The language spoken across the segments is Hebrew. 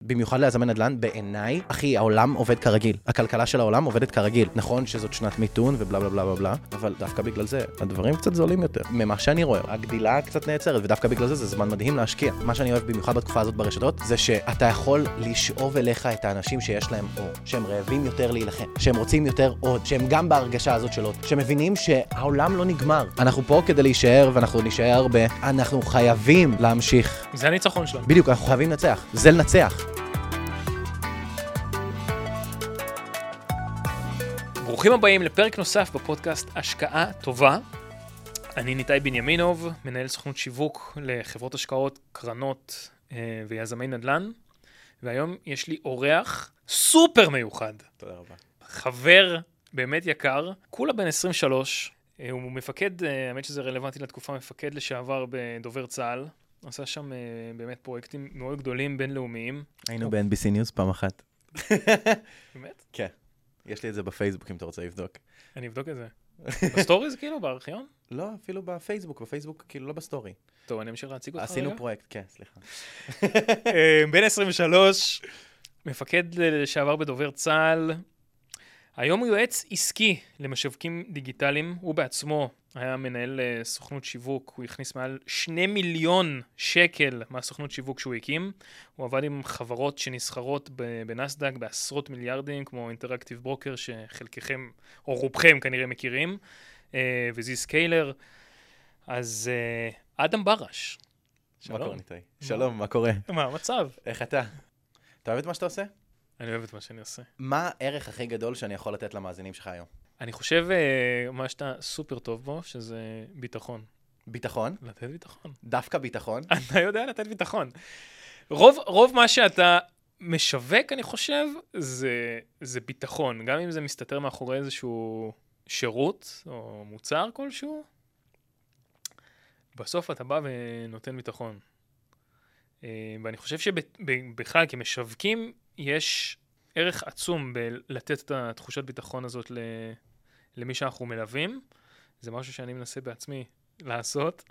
במיוחד ליזמי נדל"ן, בעיניי, אחי, העולם עובד כרגיל. הכלכלה של העולם עובדת כרגיל. נכון שזאת שנת מיתון ובלה בלה בלה בלה, אבל דווקא בגלל זה, הדברים קצת זולים יותר. ממה שאני רואה, הגדילה קצת נעצרת, ודווקא בגלל זה, זה זמן מדהים להשקיע. מה שאני אוהב במיוחד בתקופה הזאת ברשתות, זה שאתה יכול לשאוב אליך את האנשים שיש להם אור, שהם רעבים יותר להילחם, שהם רוצים יותר עוד, שהם גם בהרגשה הזאת של עוד, שמבינים שהעולם לא נגמר. אנחנו פה כדי להישאר, ואנחנו נשאר הרבה. אנחנו חייבים להמשיך. זה הניצחון שלנו. בדיוק, אנחנו חייבים לנצח. זה לנצח. ברוכים הבאים לפרק נוסף בפודקאסט השקעה טובה. אני ניתאי בנימינוב, מנהל סוכנות שיווק לחברות השקעות, קרנות ויזמי נדל"ן. והיום יש לי אורח סופר מיוחד. תודה רבה. חבר באמת יקר, כולה בן 23. הוא מפקד, האמת שזה רלוונטי לתקופה, מפקד לשעבר בדובר צה"ל. עשה שם באמת פרויקטים מאוד גדולים בינלאומיים. היינו ב-NBC News פעם אחת. באמת? כן. יש לי את זה בפייסבוק אם אתה רוצה לבדוק. אני אבדוק את זה. בסטוריז כאילו? בארכיון? לא, אפילו בפייסבוק כאילו לא בסטורי. טוב, אני אמשיך להציג אותך רגע. עשינו פרויקט, כן, סליחה. בן 23, מפקד לשעבר בדובר צה"ל. היום הוא יועץ עסקי למשווקים דיגיטליים. הוא בעצמו היה מנהל סוכנות שיווק. הוא הכניס מעל 2 מיליון שקל מהסוכנות שיווק שהוא הקים. הוא עבד עם חברות שנסחרות בנסדק בעשרות מיליארדים, כמו אינטראקטיב ברוקר, שחלקכם או רובכם כנראה מכירים, וזי סקיילר. אז אדם ברש. מה קורה ניתאי? שלום, מה קורה? מה המצב? איך אתה? אתה אוהב את מה שאתה עושה? אני אוהב את מה שאני עושה. מה הערך הכי גדול שאני יכול לתת למאזינים שלך היום? אני חושב מה שאתה סופר טוב בו, שזה ביטחון. ביטחון? לתת ביטחון. דווקא ביטחון? אתה יודע לתת ביטחון. רוב מה שאתה משווק, אני חושב, זה ביטחון. גם אם זה מסתתר מאחורי איזשהו שירות או מוצר כלשהו, בסוף אתה בא ונותן ביטחון. ואני חושב שבכלל כמשווקים יש ערך עצום בלתת את התחושת ביטחון הזאת למי שאנחנו מלווים. זה משהו שאני מנסה בעצמי לעשות.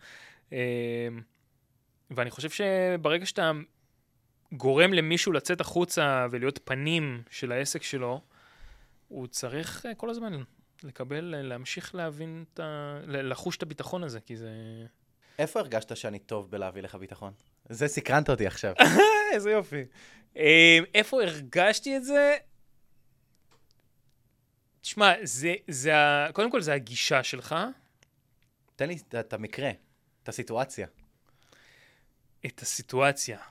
ואני חושב שברגע שאתה גורם למישהו לצאת החוצה ולהיות פנים של העסק שלו, הוא צריך כל הזמן להמשיך להבין, לחוש את הביטחון הזה, כי זה... איפה הרגשת שאני טוב בלהביא לך ביטחון? זה סקרנת אותי עכשיו. איזה יופי. איפה הרגשתי את זה? תשמע, קודם כל זה הגישה שלך. תן לי את המקרה, את הסיטואציה. את הסיטואציה.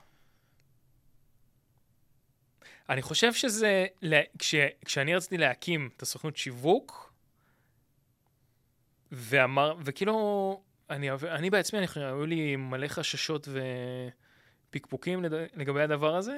אני חושב שזה, כשאני רציתי להקים את הסוכנות שיווק, וכאילו, אני בעצמי, היו לי מלא חששות ופיקפוקים לגבי הדבר הזה,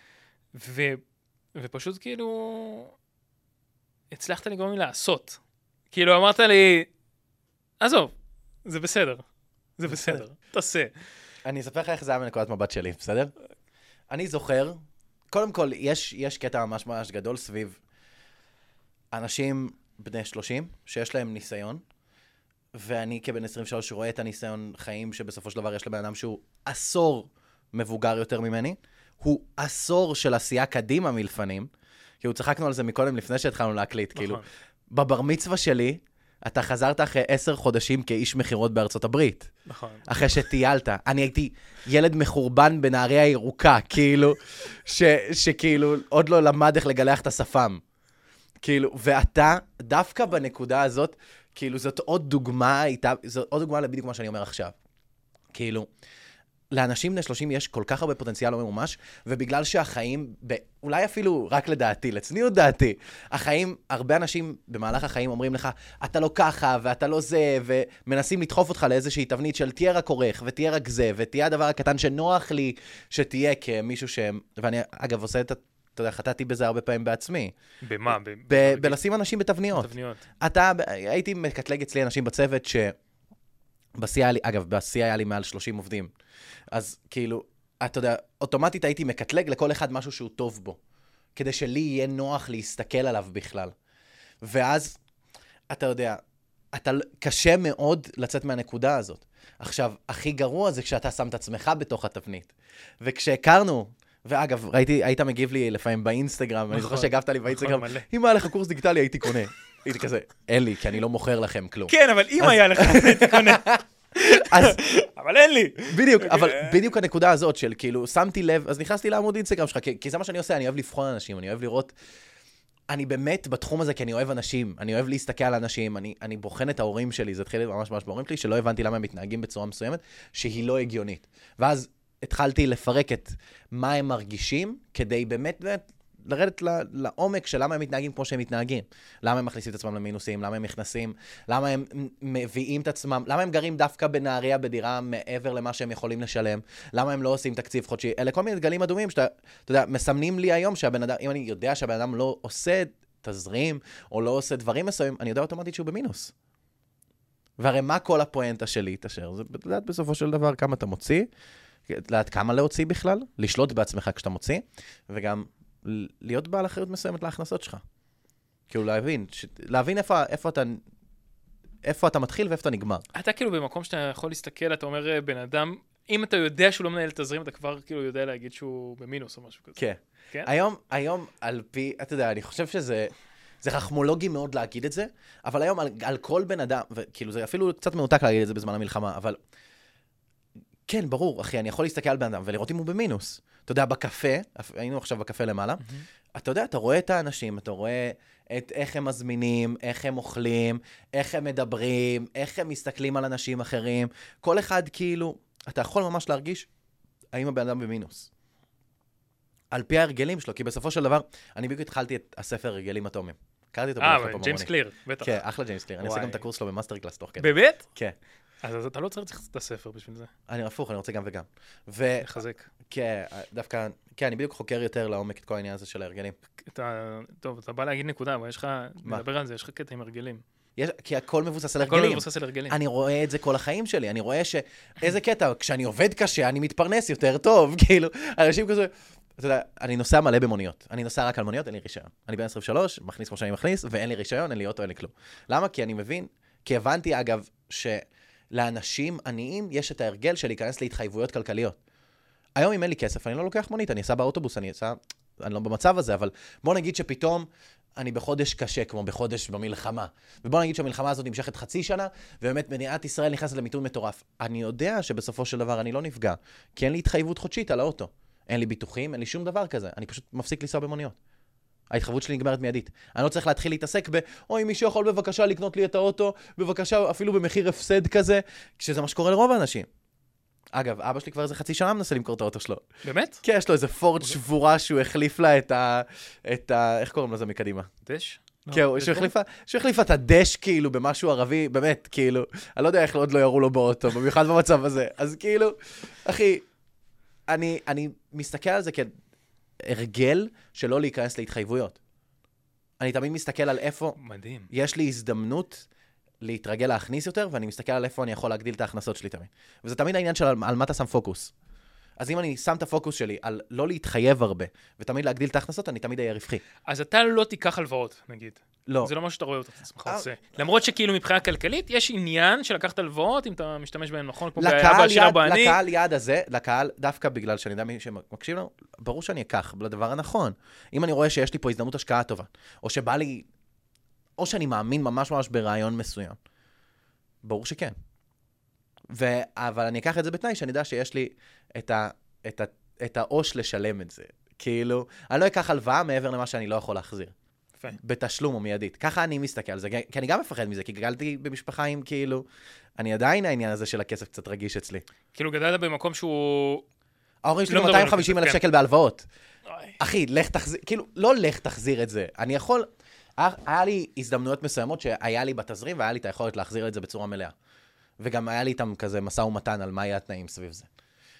ופשוט כאילו, הצלחת לגרום לי לעשות. כאילו אמרת לי, עזוב, זה בסדר, זה בסדר, תעשה. אני אספר לך איך זה היה מנקודת מבט שלי, בסדר? אני זוכר, קודם כל, יש קטע ממש ממש גדול סביב אנשים בני 30 שיש להם ניסיון, ואני כבן 23 רואה את הניסיון חיים שבסופו של דבר יש לבן אדם שהוא עשור מבוגר יותר ממני, הוא עשור של עשייה קדימה מלפנים, כי הוא צחקנו על זה מקודם לפני שהתחלנו להקליט, כאילו, בבר מצווה שלי, אתה חזרת אחרי 10 חודשים כאיש מחירות בארצות הברית. נכון. אחרי שטיילת. אני הייתי ילד מחורבן בנהריה הירוקה, כאילו, שכאילו עוד לא למד איך לגלח את השפם. כאילו, ואתה, דווקא בנקודה הזאת, כאילו, זאת עוד דוגמה לבדיוק מה שאני אומר עכשיו. כאילו, לאנשים בני 30 יש כל כך הרבה פוטנציאל לא ממומש, ובגלל שהחיים, אולי אפילו רק לדעתי, לצניעות דעתי, הרבה אנשים במהלך החיים אומרים לך, אתה לא ככה, ואתה לא זה, ומנסים לדחוף אותך לאיזושהי תבנית של תהיה רק עורך, ותהיה רק זה, ותהיה הדבר הקטן שנוח לי שתהיה כמישהו ואני אגב עושה את אתה יודע, חטאתי בזה הרבה פעמים בעצמי. במה? בלשים אנשים בתבניות. הייתי מקטלג אצלי אנשים בצוות בשיא היה לי מעל 30 עובדים. אז כאילו, אתה יודע, אוטומטית הייתי מקטלג לכל אחד משהו שהוא טוב בו, כדי שלי יהיה נוח להסתכל עליו בכלל. ואז, אתה יודע, קשה מאוד לצאת מהנקודה הזאת. עכשיו, הכי גרוע זה כשאתה שם את עצמך בתוך התבנית. וכשהכרנו ואגב, ראיתי, היית מגיב לי לפעמים באינסטגרם, אני זוכר שהגבת לי באינסטגרם, מלא. אם היה לך קורס דיגיטלי, הייתי קונה. הייתי כזה, אין לי, כי אני לא מוכר לכם כלום. כן, אבל אם היה לך, הייתי קונה. אז אבל אין לי. בדיוק, אבל בדיוק הנקודה הזאת של כאילו, שמתי לב, אז נכנסתי לעמוד אינסטגרם שלך, כי זה מה שאני עושה, אני אוהב לבחון אנשים, אני אוהב לראות, אני באמת בתחום הזה, כי אני אוהב אנשים, אני אוהב להסתכל על אנשים, אני בוחן את ההורים שלי, זה התחיל ממש ממש בהורים שלי, שלא הבנתי למה הם מתנהגים בצורה מסוימת, שהיא לא הגיונית. ואז התחלתי לפרק את מה הם מרגישים, כדי באמת לרדת לעומק של למה הם מתנהגים כמו שהם מתנהגים. למה הם מכניסים את עצמם למינוסים, למה הם נכנסים, למה הם מביאים את עצמם, למה הם גרים דווקא בנהריה בדירה מעבר למה שהם יכולים לשלם, למה הם לא עושים תקציב חודשי. אלה כל מיני דגלים אדומים שאתה, אתה יודע, מסמנים לי היום שהבן אדם, אם אני יודע שהבן אדם לא עושה תזרים, או לא עושה דברים מסוימים, אני יודע אוטומטית שהוא במינוס. והרי מה כל הפואנטה שלי תשאר? זה לדעת בסופו של דבר כמה אתה מוציא, לדעת כמה להוציא בכלל, לשלוט בעצמך כשאתה מוציא, וגם להיות בעל אחריות מסוימת להכנסות שלך. כאילו להבין איפה אתה מתחיל ואיפה אתה נגמר. אתה כאילו במקום שאתה יכול להסתכל, אתה אומר בן אדם, אם אתה יודע שהוא לא מנהל תזרים, אתה כבר כאילו יודע להגיד שהוא במינוס או משהו כזה. כן. כן? היום על פי, אתה יודע, אני חושב שזה חכמולוגי מאוד להגיד את זה, אבל היום על כל בן אדם, וכאילו זה אפילו קצת מנותק להגיד את זה בזמן המלחמה, אבל כן, ברור, אחי, אני יכול להסתכל על בן אדם ולראות אם הוא במינוס. אתה יודע, בקפה, היינו עכשיו בקפה למעלה, אתה יודע, אתה רואה את האנשים, אתה רואה את איך הם מזמינים, איך הם אוכלים, איך הם מדברים, איך הם מסתכלים על אנשים אחרים. כל אחד כאילו, אתה יכול ממש להרגיש האם הבן אדם במינוס. על פי ההרגלים שלו, כי בסופו של דבר, אני בדיוק התחלתי את הספר הרגלים אטומיים. קראתי אותו בלחלופ המוני. ג'יימס קליר, בטח. כן, אחלה ג'יימס קליר. אני עושה גם את הקורס שלו במאסטר קלאס תוך כדי. באמת? כן. אז אתה לא צריך את הספר בשביל זה. אני הפוך, אני רוצה גם וגם. לחזק. כן, דווקא, כן, אני בדיוק חוקר יותר לעומק את כל העניין הזה של ההרגלים. טוב, אתה בא להגיד נקודה, אבל יש לך, נדבר על זה, יש לך קטע עם הרגלים. כי הכל מבוסס על הרגלים. הכל מבוסס על הרגלים. אני רואה את זה כל החיים שלי, אני רואה איזה קטע, כשאני עובד קשה, אני מתפרנס יותר טוב, כאילו, אנשים כזה, אתה יודע, אני נוסע מלא במוניות. אני נוסע רק על מוניות, אין לי רישיון. אני בן 23, מכניס כמו שאני מכניס, ואין לי רישיון, אין לי אוטו, אין לי כלום. למה? כי אני מבין, כי הבנתי, אגב, שלאנשים עניים יש את ההרגל של להיכנס להתחייבויות כלכליות. היום אם אין לי כסף, אני לא לוקח מונית, אני אסע באוטובוס, אני לא במצב הזה, אבל בוא נגיד שפתאום אני בחודש קשה, כמו בחודש במלחמה. ובוא נגיד שהמלחמה הזאת נמשכת חצי שנה, ובאמת מדינת ישראל נכנסת למיתון מטורף. אני יודע שבסופו של דבר אני לא נפגע, כי אין לי התחייבות חודשית על האוטו. אין לי ביטוחים, אין לי שום דבר כזה. אני פשוט מפסיק לנסוע במוניות. ההתחייבות שלי נגמרת מיידית. אני לא צריך להתחיל להתעסק אוי, מישהו יכול בבקשה לקנות לי את האוטו, בבקשה אפילו במחיר הפסד כזה, כשזה מה שקורה לרוב האנשים. אגב, אבא שלי כבר איזה חצי שנה מנסה למכור את האוטו שלו. באמת? כן, יש לו איזה פורד שבורה שהוא החליף לה את ה... איך קוראים לזה מקדימה? דש? כן, שהוא החליפה את הדש כאילו במשהו ערבי, באמת, כאילו, אני לא יודע איך עוד לא יראו לו באוטו, במיוחד במצב הזה. אז כאילו, אחי, אני מסתכל על זה כהרגל שלא להיכנס להתחייבויות. אני תמיד מסתכל על איפה... מדהים. יש לי הזדמנות להתרגל להכניס יותר, ואני מסתכל על איפה אני יכול להגדיל את ההכנסות שלי תמיד. וזה תמיד העניין של על מה אתה שם פוקוס. אז אם אני שם את הפוקוס שלי על לא להתחייב הרבה, ותמיד להגדיל את ההכנסות, אני תמיד אהיה רווחי. אז אתה לא תיקח הלוואות, נגיד. לא. זה לא מה שאתה רואה אותך עצמך עושה. למרות שכאילו מבחינה כלכלית, יש עניין של לקחת הלוואות, אם אתה משתמש בהן נכון, כמו באבא עשיר אבא עני. לקהל יעד הזה, לקהל, דווקא בגלל שאני יודע מי שמקשיב לנו, ברור שאני אקח לדבר הנכון. אם אני רואה שיש לי פה הזדמנות השקעה טובה, או שבא לי, או שאני מאמין ממש ממש ברעיון מסוים. ברור שכן. אבל אני אקח את זה בתנאי שאני יודע שיש לי את העוש לשלם את זה. כאילו, אני לא אקח הלוואה מעבר למה שאני לא יכול להחזיר. בתשלום או מיידית. ככה אני מסתכל על זה, כי אני גם מפחד מזה, כי גדלתי במשפחה עם כאילו, אני עדיין העניין הזה של הכסף קצת רגיש אצלי. כאילו גדלת במקום שהוא... ההורים שלי 250,000 שקל בהלוואות. אחי, לך תחזיר, כאילו, לא לך תחזיר את זה. אני יכול, היה לי הזדמנויות מסוימות שהיה לי בתזרים, והיה לי את היכולת להחזיר את זה בצורה מלאה. וגם היה לי איתם כזה מסע ומתן על מה יהיה התנאים סביב זה.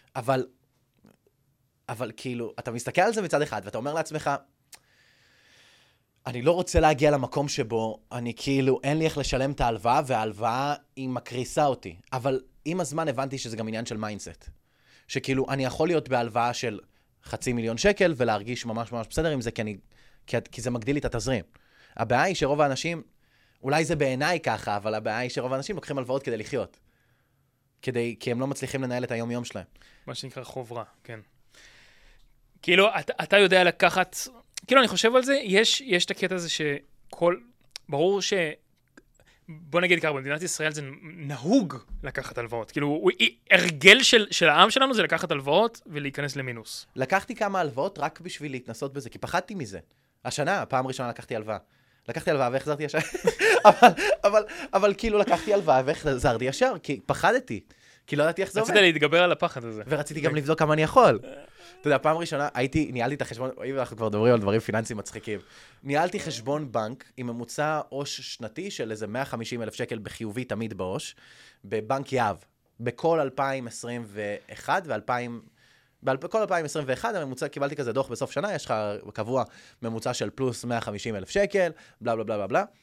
אבל כאילו, אתה מסתכל על זה מצד אחד, ואתה אומר לעצמך, אני לא רוצה להגיע למקום שבו אני כאילו, אין לי איך לשלם את ההלוואה, וההלוואה היא מקריסה אותי. אבל עם הזמן הבנתי שזה גם עניין של מיינדסט. שכאילו, אני יכול להיות בהלוואה של 500,000 שקל, ולהרגיש ממש ממש בסדר עם זה, כי זה מגדיל לי את התזרים. הבעיה היא שרוב האנשים, אולי זה בעיניי ככה, אבל הבעיה היא שרוב האנשים לוקחים הלוואות כדי לחיות. כי הם לא מצליחים לנהל את היום-יום שלהם. מה שנקרא חוב רע, כן. כאילו, אתה יודע לקחת, כאילו, אני חושב על זה, יש את הקטע הזה ברור בוא נגיד ככה, במדינת ישראל זה נהוג לקחת הלוואות. כאילו, הרגל של העם שלנו זה לקחת הלוואות ולהיכנס למינוס. לקחתי כמה הלוואות רק בשביל להתנסות בזה, כי פחדתי מזה. השנה, פעם ראשונה לקחתי הלוואה. לקחתי הלוואה והחזרתי ישר. אבל כאילו לקחתי הלוואה והחזרתי ישר, כי פחדתי. כי לא ידעתי איך זה עובד. רצית להתגבר על הפחד הזה. ורציתי גם לבדוק כמה אני יכול. אתה יודע, פעם ראשונה ניהלתי את החשבון, אנחנו כבר מדברים על דברים פיננסיים מצחיקים. ניהלתי חשבון בנק עם ממוצע עו"ש שנתי של איזה 150,000 שקל בחיובי תמיד בעו"ש, בבנק יהב. בכל 2021 בכל 2021 הממוצע, קיבלתי כזה דוח בסוף שנה, יש לך קבוע ממוצע של פלוס 150,000 שקל, בלה בלה בלה בלה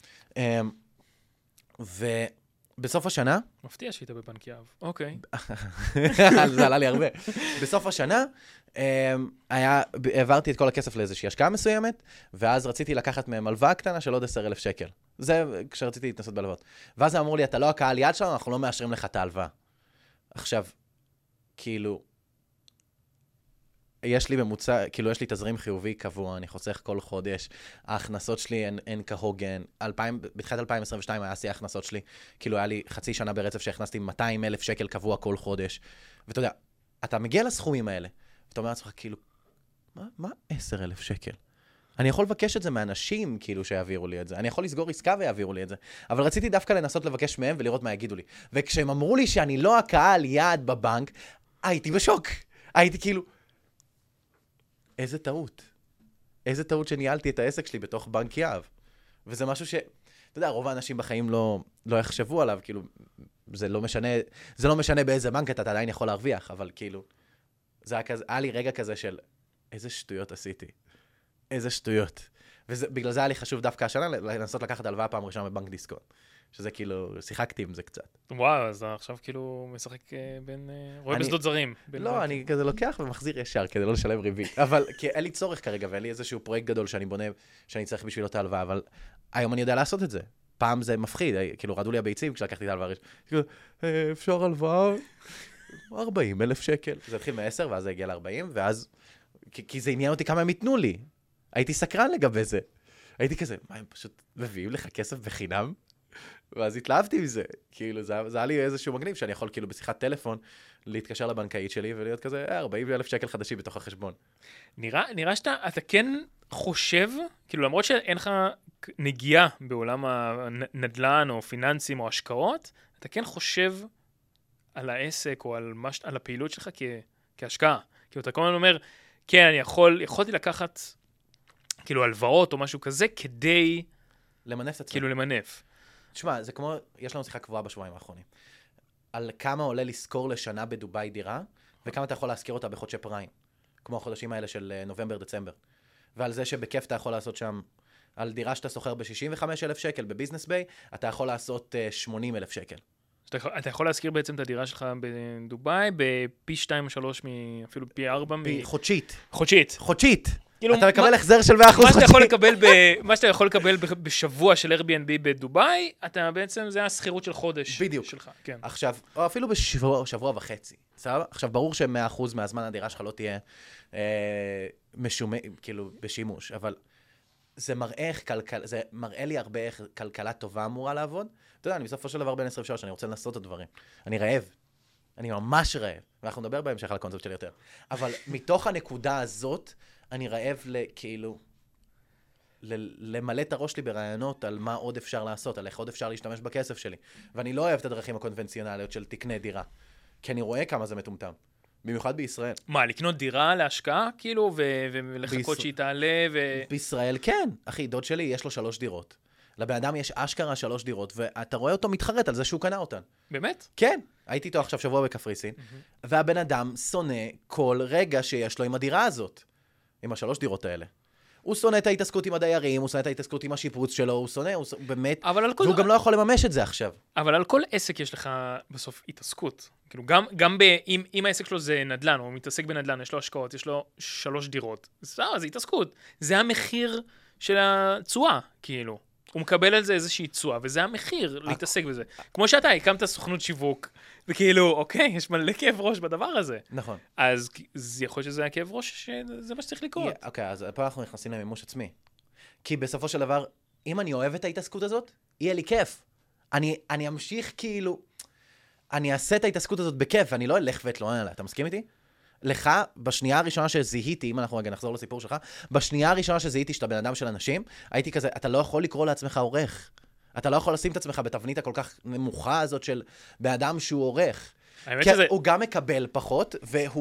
בלה. בסוף השנה... מפתיע שהיית בבנק יהב. אוקיי. זה עלה לי הרבה. בסוף השנה, העברתי את כל הכסף לאיזושהי השקעה מסוימת, ואז רציתי לקחת מהם הלוואה קטנה של עוד 10,000 שקל. זה כשרציתי להתנסות בהלוואות. ואז אמרו לי, אתה לא הקהל יד שלנו, אנחנו לא מאשרים לך את ההלוואה. עכשיו, כאילו, יש לי ממוצע, כאילו יש לי תזרים חיובי קבוע, אני חוסך כל חודש, ההכנסות שלי הן כהוגן, בתחילת 2022 היה שיא ההכנסות שלי, כאילו היה לי חצי שנה ברצף שהכנסתי 200,000 שקל קבוע כל חודש, ואתה יודע, אתה מגיע לסכומים האלה, ואתה אומר לעצמך, כאילו, מה 10,000 שקל? אני יכול לבקש את זה מאנשים, כאילו, שיעבירו לי את זה, אני יכול לסגור עסקה ויעבירו לי את זה, אבל רציתי דווקא לנסות לבקש מהם ולראות מה יגידו לי, וכשהם אמרו לי שאני לא הקהל יעד בבנק, הייתי בשוק, הייתי כאילו, איזה טעות. איזה טעות שניהלתי את העסק שלי בתוך בנק יהב. וזה משהו אתה יודע, רוב האנשים בחיים לא יחשבו עליו, כאילו, זה לא משנה באיזה בנק אתה עדיין יכול להרוויח, אבל כאילו, היה לי רגע כזה של, איזה שטויות עשיתי. איזה שטויות. ובגלל זה היה לי חשוב דווקא השנה לנסות לקחת הלוואה פעם ראשונה בבנק דיסקונט. שזה כאילו, שיחקתי עם זה קצת. וואו, אז עכשיו כאילו משחק בין, רואה בשדות זרים. לא, אני כזה לוקח ומחזיר ישר כדי לא לשלם ריבית. אבל כי אין לי צורך כרגע, ואין לי איזשהו פרויקט גדול שאני בונה, שאני צריך בשבילו את ההלוואה, אבל היום אני יודע לעשות את זה. פעם זה מפחיד, כאילו רדו לי הביצים כשלקחתי את ההלוואה. כאילו, אפשר הלוואה? 40,000 שקל. זה התחיל מ-10 ואז זה הגיע ל-40, ואז, כי זה עניין אותי כמה הם ייתנו לי. הייתי סקרן לגבי זה. הייתי כזה, מה, הם פשוט מביאים לך כסף בחינם? ואז התלהבתי מזה, כאילו, זה היה לי איזשהו מגניב, שאני יכול כאילו בשיחת טלפון, להתקשר לבנקאית שלי, ולהיות כזה, 40,000 שקל חדשים בתוך החשבון. נראה שאתה כן חושב, כאילו, למרות שאין לך נגיעה בעולם הנדל"ן, או פיננסים, או השקעות, אתה כן חושב על העסק, או על הפעילות שלך כהשקעה. כאילו, אתה כל הזמן אומר, כן, יכולתי לקחת, כאילו, הלוואות, או משהו כזה, כדי... למנף את עצמם. כאילו, למנף. תשמע, זה כמו, יש לנו שיחה קבועה בשבועיים האחרונים. על כמה עולה לשכור לשנה בדוביי דירה, וכמה אתה יכול להשכיר אותה בחודשי פריים. כמו החודשים האלה של נובמבר-דצמבר. ועל זה שבכיף אתה יכול לעשות שם, על דירה שאתה שוכר ב-65,000 שקל בביזנס ביי, אתה יכול לעשות 80,000 שקל. אתה יכול להשכיר בעצם את הדירה שלך בדוביי, בפי 2 או 3, אפילו פי 4. חודשית. חודשית. אתה מקבל החזר של 100% חודשי. מה שאתה יכול לקבל בשבוע של Airbnb בדוביי, אתה בעצם, זה השכירות של חודש. בדיוק. שלך. כן. עכשיו, או אפילו בשבוע וחצי. סבבה? עכשיו, ברור ש100% מהזמן הדירה שלך לא תהיה כאילו, בשימוש, אבל זה מראה לי הרבה איך כלכלה טובה אמורה לעבוד. אתה יודע, אני בסופו של דבר בין 23, אני רוצה לנסות את הדברים. אני רעב. אני ממש רעב. ואנחנו נדבר בהמשך על הקונספט שלי יותר. אבל מתוך הנקודה הזאת, אני רעב כאילו, למלא את הראש שלי ברעיונות על מה עוד אפשר לעשות, על איך עוד אפשר להשתמש בכסף שלי. ואני לא אוהב את הדרכים הקונבנציונליות של תקנה דירה. כי אני רואה כמה זה מטומטם. במיוחד בישראל. מה, לקנות דירה להשקעה, כאילו, ולחכות שהיא תעלה בישראל, כן. אחי, דוד שלי, יש לו 3 דירות. לבן אדם יש אשכרה 3 דירות, ואתה רואה אותו מתחרט על זה שהוא קנה אותן. באמת? כן. הייתי איתו עכשיו שבוע בקפריסין, והבן אדם שונא כל רגע שיש לו עם הדירה הזאת. עם 3 דירות האלה. הוא שונא את ההתעסקות עם הדיירים, הוא שונא את ההתעסקות עם השיפוץ שלו, הוא שונא, באמת, והוא גם לא יכול לממש את זה עכשיו. אבל על כל עסק יש לך בסוף התעסקות. כאילו, גם אם העסק שלו זה נדל"ן, הוא מתעסק בנדל"ן, יש לו השקעות, יש לו 3 דירות, זה התעסקות. זה המחיר של הצועה, כאילו. הוא מקבל על זה איזושהי תשואה, וזה המחיר להתעסק בזה. כמו שאתה הקמת סוכנות שיווק, וכאילו, אוקיי, יש מלא כאב ראש בדבר הזה. נכון. אז יכול להיות שזה היה כאב ראש, שזה מה שצריך לקרות. אוקיי, אז פה אנחנו נכנסים למימוש עצמי. כי בסופו של דבר, אם אני אוהב את ההתעסקות הזאת, יהיה לי כיף. אני אמשיך כאילו, אני אעשה את ההתעסקות הזאת בכיף, ואני לא אלך ואתלונן עליה. אתה מסכים איתי? לך, בשנייה הראשונה שזיהיתי, אם אנחנו רגע נחזור לסיפור שלך, בשנייה הראשונה שזיהיתי שאתה בן אדם של אנשים, הייתי כזה, אתה לא יכול לקרוא לעצמך עורך. אתה לא יכול לשים את עצמך בתבנית הכל כך נמוכה הזאת של בן אדם שהוא עורך. כי הוא גם מקבל פחות,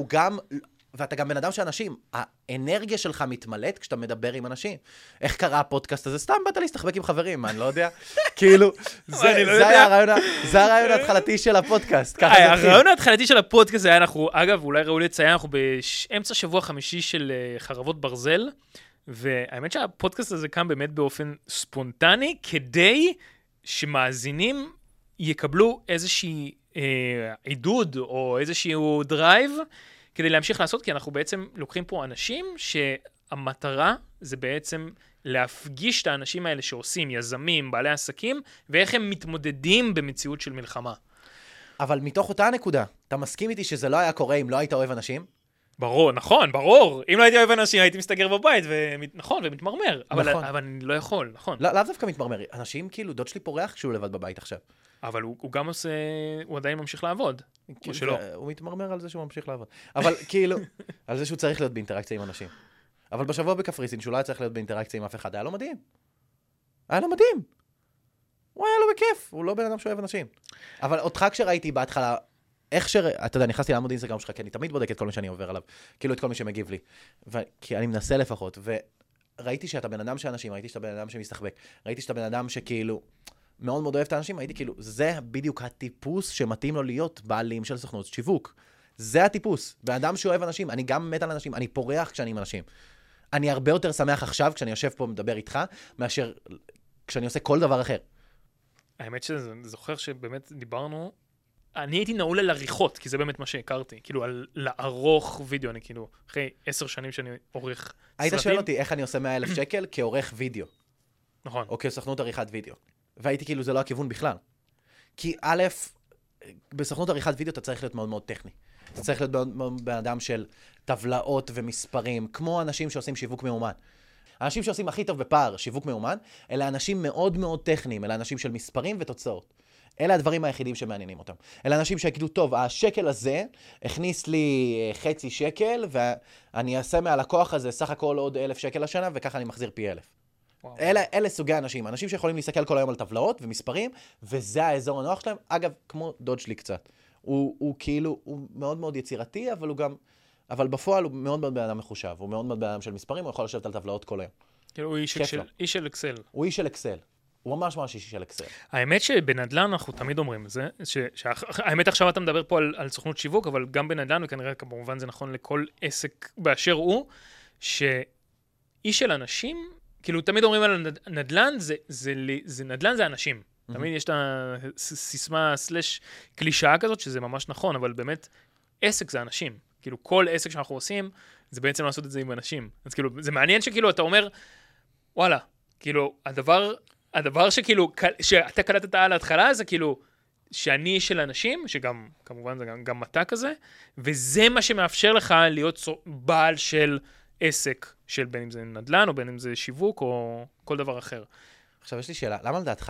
ואתה גם בן אדם של אנשים. האנרגיה שלך מתמלאת כשאתה מדבר עם אנשים. איך קרה הפודקאסט הזה? סתם באת להסתחבק עם חברים, אני לא יודע. כאילו, זה הרעיון ההתחלתי של הפודקאסט. הרעיון ההתחלתי של הפודקאסט היה, אגב, אולי ראוי לציין, אנחנו באמצע שבוע חמישי של חרבות ברזל, והאמת שהפודקאסט הזה קם באמת באופן ספונטני, כדי שמאזינים יקבלו איזושהי עידוד או איזשהו דרייב, כדי להמשיך לעשות, כי אנחנו בעצם לוקחים פה אנשים שהמטרה זה בעצם להפגיש את האנשים האלה שעושים, יזמים, בעלי עסקים, ואיך הם מתמודדים במציאות של מלחמה. אבל מתוך אותה נקודה, אתה מסכים איתי שזה לא היה קורה אם לא היית אוהב אנשים? ברור, נכון, ברור. אם לא הייתי אוהב אנשים, הייתי מסתגר בבית, נכון, ומתמרמר. אבל אני לא יכול, נכון. לאו דווקא מתמרמר. אנשים, כאילו, דוד שלי פורח כשהוא לבד בבית עכשיו. אבל הוא גם עושה, הוא עדיין ממשיך לעבוד, או שלא. הוא מתמרמר על זה שהוא ממשיך לעבוד. אבל כאילו, על זה שהוא צריך להיות באינטראקציה עם אנשים. אבל בשבוע בקפריסין, שהוא לא היה צריך להיות באינטראקציה עם אף אחד, היה לו מדהים. היה לו מדהים. הוא היה לו בכיף, הוא לא בן אדם שאוהב אנשים. אבל אותך כשראיתי בהתחלה, אתה יודע, נכנסתי לעמוד אינסטגרם שלך, כי אני תמיד בודק את כל מי שאני עובר עליו, כאילו את כל מי שמגיב לי. כי אני מנסה לפחות, וראיתי שאתה בן אדם של אנשים, ראיתי שאתה בן אדם שמסתחבק, ראיתי שאתה בן אדם שכאילו מאוד מאוד אוהב את האנשים, הייתי כאילו, זה בדיוק הטיפוס שמתאים לו להיות בעלים של סוכנות שיווק. זה הטיפוס. בן אדם שאוהב אנשים, אני גם מת על אנשים, אני פורח כשאני עם אנשים. אני הרבה יותר שמח עכשיו כשאני יושב פה ומדבר איתך, מאשר כשאני עושה כל דבר אחר. האמת שאני זוכר שבאמת דיברנו, אני הייתי נעול על עריכות, כי זה באמת מה שהכרתי, כאילו על לערוך וידאו, אני כאילו, אחרי 10 שנים שאני עורך סרטים. היית שואל אותי איך אני עושה 100,000 שקל כעורך וידאו. נכון. או כסוכנות עריכת וידאו. והייתי כאילו, זה לא הכיוון בכלל. כי א', בסוכנות עריכת וידאו אתה צריך להיות מאוד מאוד טכני. אתה צריך להיות בן אדם של טבלאות ומספרים, כמו אנשים שעושים שיווק מאומן. האנשים שעושים הכי טוב בפער שיווק מאומן, אלה אנשים מאוד מאוד טכניים, אלה אנשים של מספרים ותוצאות. אלה הדברים היחידים שמעניינים אותם. אלה אנשים שיגידו, טוב, השקל הזה הכניס לי חצי שקל, ואני אעשה מהלקוח הזה סך הכל עוד 1,000 שקל לשנה, וככה אני מחזיר פי 1,000. אלה סוגי אנשים. אנשים שיכולים להסתכל כל היום על טבלאות ומספרים, וזה האזור הנוח שלהם. אגב, כמו דוד שלי קצת. הוא כאילו, הוא מאוד מאוד יצירתי, אבל בפועל הוא מאוד מאוד בן אדם מחושב. הוא מאוד מאוד בן אדם של מספרים, הוא יכול לשבת על טבלאות כל היום. כאילו, הוא איש של אקסל. הוא איש של אקסל. הוא ממש איש של אקסל. האמת שבנדל"ן אנחנו תמיד אומרים את זה, האמת עכשיו אתה מדבר פה על סוכנות שיווק, אבל גם בנדל"ן, וכנראה כמובן זה נכון לכל עסק באשר הוא, שאיש של אנשים, כאילו תמיד אומרים על נדל"ן, נדל"ן זה אנשים. תמיד יש את הסיסמה סלש קלישאה כזאת, שזה ממש נכון, אבל באמת עסק זה אנשים. כאילו כל עסק שאנחנו עושים, זה בעצם לעשות את זה עם אנשים. אז כאילו, זה מעניין שכאילו אתה אומר, וואלה, כאילו הדבר שכאילו, שאתה קלטת על ההתחלה, זה כאילו, שאני של אנשים, שגם, כמובן זה גם אתה כזה, וזה מה שמאפשר לך להיות בעל של עסק, של בין אם זה נדל"ן, או בין אם זה שיווק, או כל דבר אחר. עכשיו, יש לי שאלה, למה לדעתך,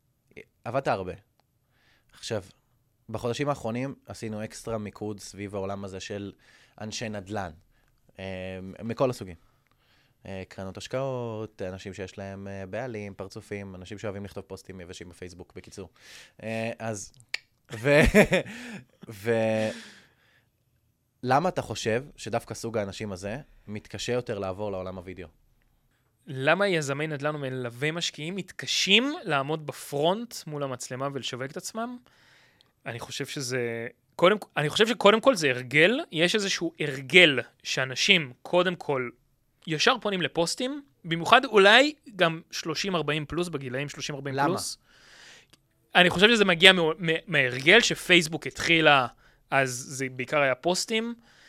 עבדת הרבה. עכשיו, בחודשים האחרונים עשינו אקסטרה מיקוד סביב העולם הזה של אנשי נדל"ן, מכל הסוגים. קרנות השקעות, אנשים שיש להם בעלים, פרצופים, אנשים שאוהבים לכתוב פוסטים יבשים בפייסבוק, בקיצור. אז, למה אתה חושב שדווקא סוג האנשים הזה מתקשה יותר לעבור לעולם הוידאו? למה יזמי נדל"ן ומלווי משקיעים מתקשים לעמוד בפרונט מול המצלמה ולשווק את עצמם? אני חושב שקודם כל זה הרגל, יש איזשהו הרגל שאנשים קודם כל ישר פונים לפוסטים, במיוחד אולי גם 30-40 פלוס, בגילאים 30-40 פלוס. למה? אני חושב שזה מגיע מהרגל שפייסבוק התחילה, אז זה בעיקר היה פוסטים,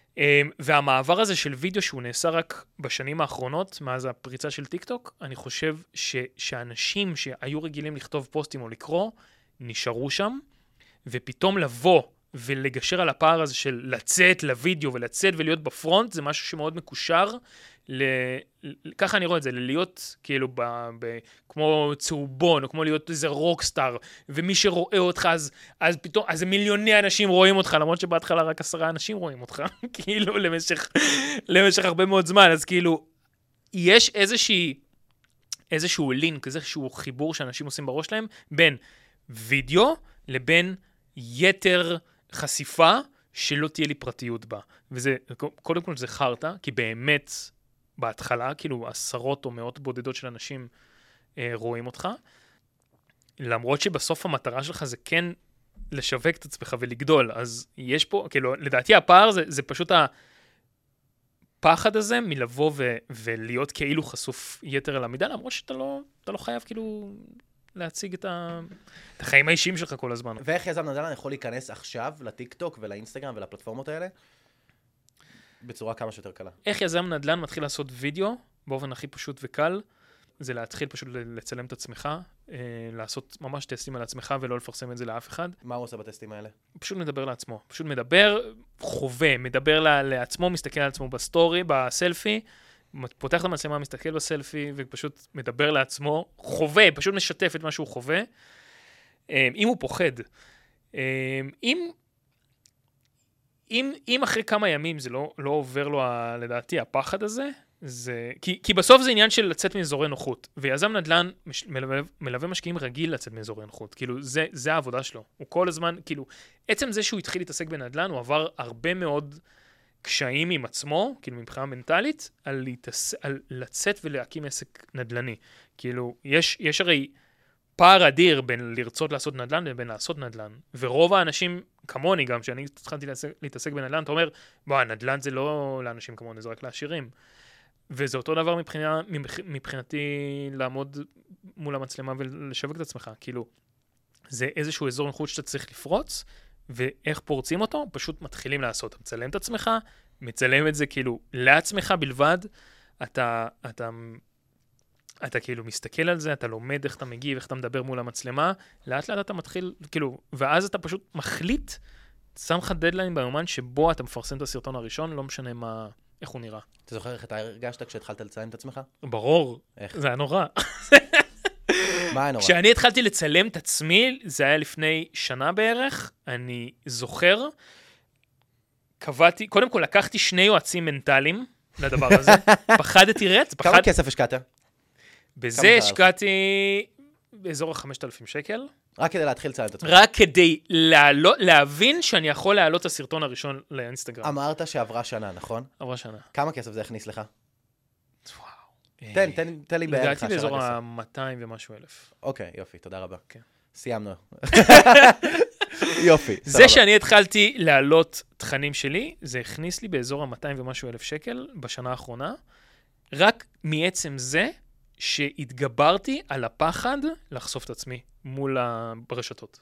והמעבר הזה של וידאו שהוא נעשה רק בשנים האחרונות, מאז הפריצה של טיקטוק, אני חושב שאנשים שהיו רגילים לכתוב פוסטים או לקרוא, נשארו שם, ופתאום לבוא ולגשר על הפער הזה של לצאת לוידאו ולצאת ולהיות בפרונט, זה משהו שמאוד מקושר, ככה אני רואה את זה, להיות כאילו כמו צהובון, או כמו להיות איזה רוקסטאר, ומי שרואה אותך, אז פתאום, אז מיליוני אנשים רואים אותך, למרות שבהתחלה רק 10 אנשים רואים אותך, כאילו למשך הרבה מאוד זמן, אז כאילו, יש איזשהו לינק, איזשהו חיבור שאנשים עושים בראש שלהם, בין וידאו לבין יתר חשיפה שלא תהיה לי פרטיות בה. וזה, קודם כל זה חרטה, כי באמת בהתחלה, כאילו עשרות או מאות בודדות של אנשים רואים אותך, למרות שבסוף המטרה שלך זה כן לשווק את עצמך ולגדול, אז יש פה, כאילו, לדעתי הפער זה פשוט הפחד הזה מלבוא ולהיות כאילו חשוף יתר על המידה, למרות שאתה לא חייב כאילו להציג את החיים האישיים שלך כל הזמן. ואיך יזם נדל"ן יכול להיכנס עכשיו לטיקטוק ולאינסטגרם ולפלטפורמות האלה? בצורה כמה שיותר קלה. איך יזם נדל"ן מתחיל לעשות וידאו, באופן הכי פשוט וקל, זה להתחיל פשוט לצלם את עצמך, לעשות ממש טסטים על עצמך ולא לפרסם את זה לאף אחד. מה הוא עושה בטסטים האלה? פשוט מדבר לעצמו. פשוט מדבר, חווה, מדבר לעצמו, מסתכל על עצמו בסטורי, בסלפי, פותח את המצלמה, מסתכל בסלפי, ופשוט מדבר לעצמו, חווה, פשוט משתף את מה שהוא חווה. אם הוא פוחד, אם אחרי כמה ימים זה לא עובר לו, לדעתי, הפחד הזה, כי בסוף זה עניין של לצאת מאזורי נוחות, ויזם נדל"ן מלווה משקיעים רגיל לצאת מאזורי נוחות, כאילו זה העבודה שלו, הוא כל הזמן, כאילו, עצם זה שהוא התחיל להתעסק בנדל"ן, הוא עבר הרבה מאוד קשיים עם עצמו, כאילו מבחינה מנטלית, על לצאת ולהקים עסק נדל"ני, כאילו, יש הרי פער אדיר בין לרצות לעשות נדל"ן לבין לעשות נדל"ן, ורוב האנשים כמוני גם, שאני התחלתי להתעסק בנדל"ן, אתה אומר, בוא, נדל"ן זה לא לאנשים כמוני, זה רק לעשירים. וזה אותו דבר מבחינתי לעמוד מול המצלמה ולשווק את עצמך. כאילו, זה איזשהו אזור נוחות שאתה צריך לפרוץ, ואיך פורצים אותו? פשוט מתחילים לעשות. אתה מצלם את עצמך, מצלם את זה כאילו לעצמך בלבד, אתה כאילו מסתכל על זה, אתה לומד איך אתה מגיב, איך אתה מדבר מול המצלמה, לאט לאט אתה מתחיל, כאילו, ואז אתה פשוט מחליט, שם לך דדליין ביומן שבו אתה מפרסם את הסרטון הראשון, לא משנה איך הוא נראה. אתה זוכר איך אתה הרגשת כשהתחלת לצלם את עצמך? ברור, איך? זה היה נורא. מה היה נורא? כשאני התחלתי לצלם את עצמי, זה היה לפני שנה בערך, אני זוכר, קודם כל לקחתי 2 יועצים מנטליים לדבר הזה, פחדתי רץ. כמה כסף השקעת? בזה השקעתי באזור 5,000 שקל. רק כדי להתחיל לצלם את עצמך. רק כדי להבין שאני יכול להעלות את הסרטון הראשון לאינסטגרם. אמרת שעברה שנה, נכון? עברה שנה. כמה כסף זה הכניס לך? וואו. תן לי בערך. לדעתי באזור ה-200 ומשהו אלף. אוקיי, יופי, תודה רבה. כן. סיימנו. יופי. זה שאני התחלתי להעלות תכנים שלי, זה הכניס לי באזור ה-200 ומשהו אלף שקל בשנה האחרונה, רק מעצם זה שהתגברתי על הפחד לחשוף את עצמי מול ברשתות.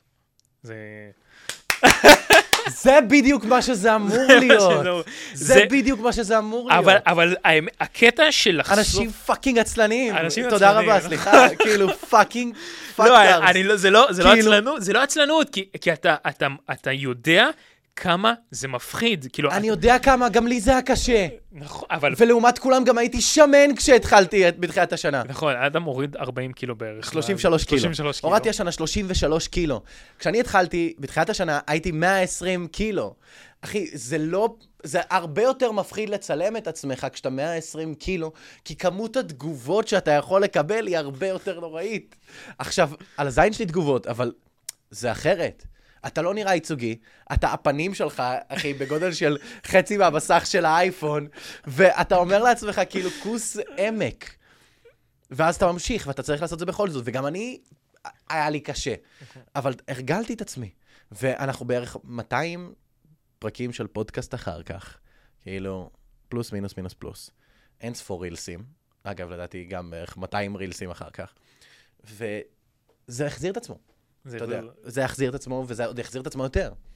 זה בדיוק מה שזה אמור להיות. זה בדיוק מה שזה אמור להיות. אבל הקטע של לחשוף... אנשים פאקינג עצלנים. תודה רבה, סליחה. כאילו פאקינג פאקטרס. זה לא עצלנות, כי אתה יודע כמה זה מפחיד. אני יודע כמה, גם לי זה היה קשה. נכון, אבל... ולעומת כולם גם הייתי שמן כשהתחלתי בתחילת השנה. נכון, אדם הוריד 40 קילו בערך. 33 קילו. הורדתי השנה 33 קילו. כשאני התחלתי בתחילת השנה הייתי 120 קילו. אחי, זה הרבה יותר מפחיד לצלם את עצמך כשאתה 120 קילו, כי כמות התגובות שאתה יכול לקבל היא הרבה יותר נוראית. עכשיו, על הזין שלי תגובות, אבל זה אחרת. אתה לא נראה ייצוגי, הפנים שלך, אחי, בגודל של חצי מהמסך של האייפון, ואתה אומר לעצמך, כאילו, כוס עמק. ואז אתה ממשיך, ואתה צריך לעשות את זה בכל זאת, וגם היה לי קשה. אבל הרגלתי את עצמי. ואנחנו בערך 200 פרקים של פודקאסט אחר כך, כאילו, פלוס, מינוס, מינוס, פלוס. אין ספור רילסים. אגב, לדעתי גם בערך 200 רילסים אחר כך. וזה החזיר את עצמו. אתה יודע, זה יחזיר את עצמו, וזה עוד יחזיר את עצמו יותר.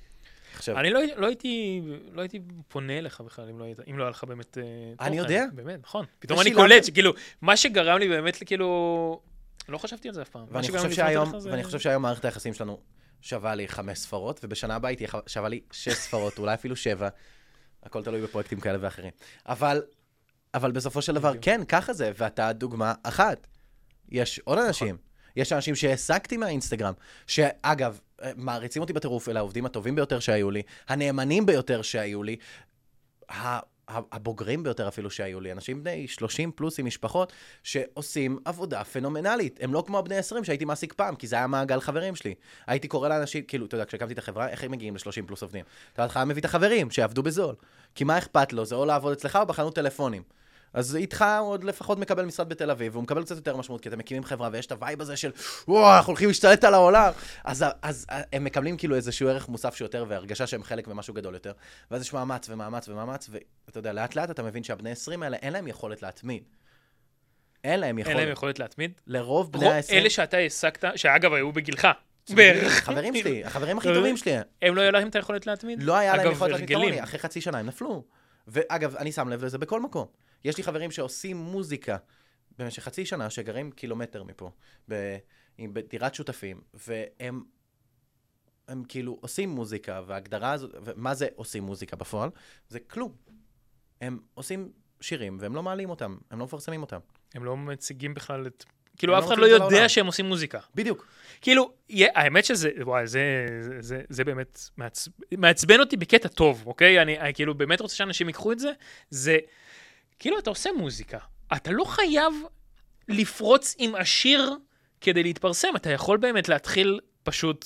עכשיו, אני לא הייתי פונה אליך בכלל, אם לא היה לך באמת תוכן. אני יודע. באמת, נכון. פתאום אני קולט שכאילו, מה שגרם לי באמת, כאילו, לא חשבתי על זה אף פעם. ואני חושב שהיום מערכת היחסים שלנו שווה לי 5 ספרות, ובשנה הבאה תהיה שווה לי 6 ספרות, אולי אפילו 7. הכל תלוי בפרויקטים כאלה ואחרים. אבל בסופו של דבר, כן, ככה זה, ואתה דוגמה אחת. יש עוד אנשים. יש אנשים שהעסקתי מהאינסטגרם, שאגב, מעריצים אותי בטירוף, אלה העובדים הטובים ביותר שהיו לי, הנאמנים ביותר שהיו לי, הבוגרים ביותר אפילו שהיו לי, אנשים בני 30 פלוס עם משפחות, שעושים עבודה פנומנלית. הם לא כמו הבני 20 שהייתי מעסיק פעם, כי זה היה מעגל חברים שלי. הייתי קורא לאנשים, כאילו, אתה יודע, כשהקמתי את החברה, איך הם מגיעים ל-30 פלוס עובדים? אתה יודע, מביא את החברים שיעבדו בזול. כי מה אכפת לו? זה או לעבוד אצלך או בחנות טלפונים. אז איתך עוד לפחות מקבל משרד בתל אביב, והוא מקבל קצת יותר משמעות, כי אתם מקימים חברה, ויש את הווייב הזה של, וואו, אנחנו הולכים להשתלט על העולם. אז הם מקבלים כאילו איזשהו ערך מוסף שיותר, והרגשה שהם חלק ממשהו גדול יותר. ואז יש מאמץ ומאמץ ומאמץ, ואתה יודע, לאט לאט אתה מבין שהבני 20 האלה, אין להם יכולת להתמיד. אין להם יכולת להתמיד? לרוב בני ה-20... אלה שאתה העסקת, שאגב, היו בגילך. חברים שלי, החברים הכי טובים שלי. הם לא היה להם את היכולת להתמיד? לא היה להם יכולת להתמיד. אחרי חצי שנה הם נפלו. ואגב, אני שם לב לזה בכל מקום. יש לי חברים שעושים מוזיקה במשך חצי שנה, שגרים קילומטר מפה, בדירת שותפים, והם כאילו עושים מוזיקה, וההגדרה הזאת, ומה זה עושים מוזיקה בפועל? זה כלום. הם עושים שירים, והם לא מעלים אותם, הם לא מפרסמים אותם. הם לא מציגים בכלל את... כאילו, אף אחד לא יודע שהם עושים מוזיקה. בדיוק. כאילו, האמת שזה, וואי, זה באמת מעצבן אותי בקטע טוב, אוקיי? אני כאילו באמת רוצה שאנשים ייקחו את זה. זה, כאילו, אתה עושה מוזיקה. אתה לא חייב לפרוץ עם השיר כדי להתפרסם. אתה יכול באמת להתחיל פשוט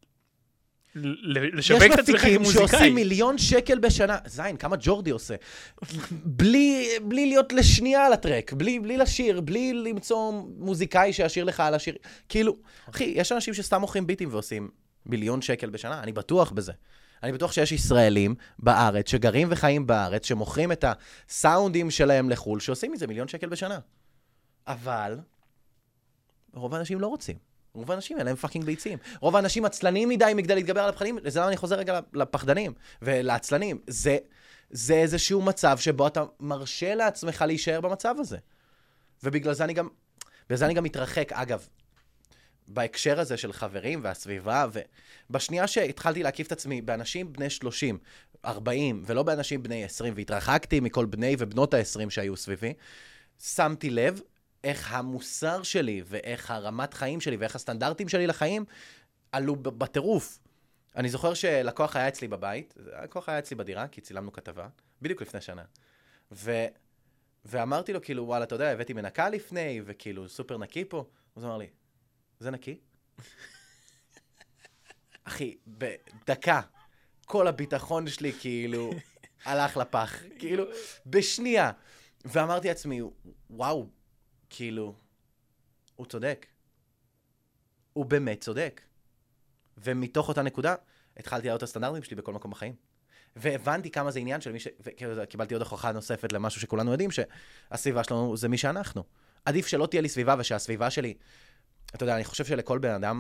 לשווק את עצמך כמוזיקאי. יש מפיקים שעושים מיליון שקל בשנה. זין, כמה ג'ורדי עושה. בלי להיות לשנייה על הטרק, בלי לשיר, בלי למצוא מוזיקאי שישיר לך על השיר. כאילו, אחי, יש אנשים שסתם מוכרים ביטים ועושים מיליון שקל בשנה. אני בטוח בזה. אני בטוח שיש ישראלים בארץ, שגרים וחיים בארץ, שמוכרים את הסאונדים שלהם לחול, שעושים מזה מיליון שקל בשנה. אבל רוב האנשים לא רוצים. רוב האנשים אין להם פאקינג ביצים. רוב האנשים עצלנים מדי מכדי להתגבר על הפחדים. לזה אני חוזר רגע לפחדנים ולעצלנים. זה איזשהו מצב שבו אתה מרשה לעצמך להישאר במצב הזה. ובגלל זה אני גם מתרחק. אגב, בהקשר הזה של חברים והסביבה, ובשנייה שהתחלתי להקיף את עצמי באנשים בני 30, 40, ולא באנשים בני 20, והתרחקתי מכל בני ובנות ה-20 שהיו סביבי, שמתי לב איך המוסר שלי, ואיך הרמת חיים שלי, ואיך הסטנדרטים שלי לחיים, עלו בטירוף. אני זוכר שלקוח היה אצלי בבית, לקוח היה אצלי בדירה, כי צילמנו כתבה, בדיוק לפני שנה. ואמרתי לו, כאילו, וואלה, אתה יודע, הבאתי מנקה לפני, וכאילו, סופר נקי פה. אז הוא אמר לי, זה נקי? אחי, בדקה, כל הביטחון שלי, כאילו, הלך לפח. כאילו, בשנייה. ואמרתי לעצמי, וואו, כאילו, הוא צודק. הוא באמת צודק. ומתוך אותה נקודה, התחלתי לעלות את הסטנדרטים שלי בכל מקום בחיים. והבנתי כמה זה עניין של מי קיבלתי עוד הוכחה נוספת למשהו שכולנו יודעים, שהסביבה שלנו זה מי שאנחנו. עדיף שלא תהיה לי סביבה, ושהסביבה שלי, אתה יודע, אני חושב שלכל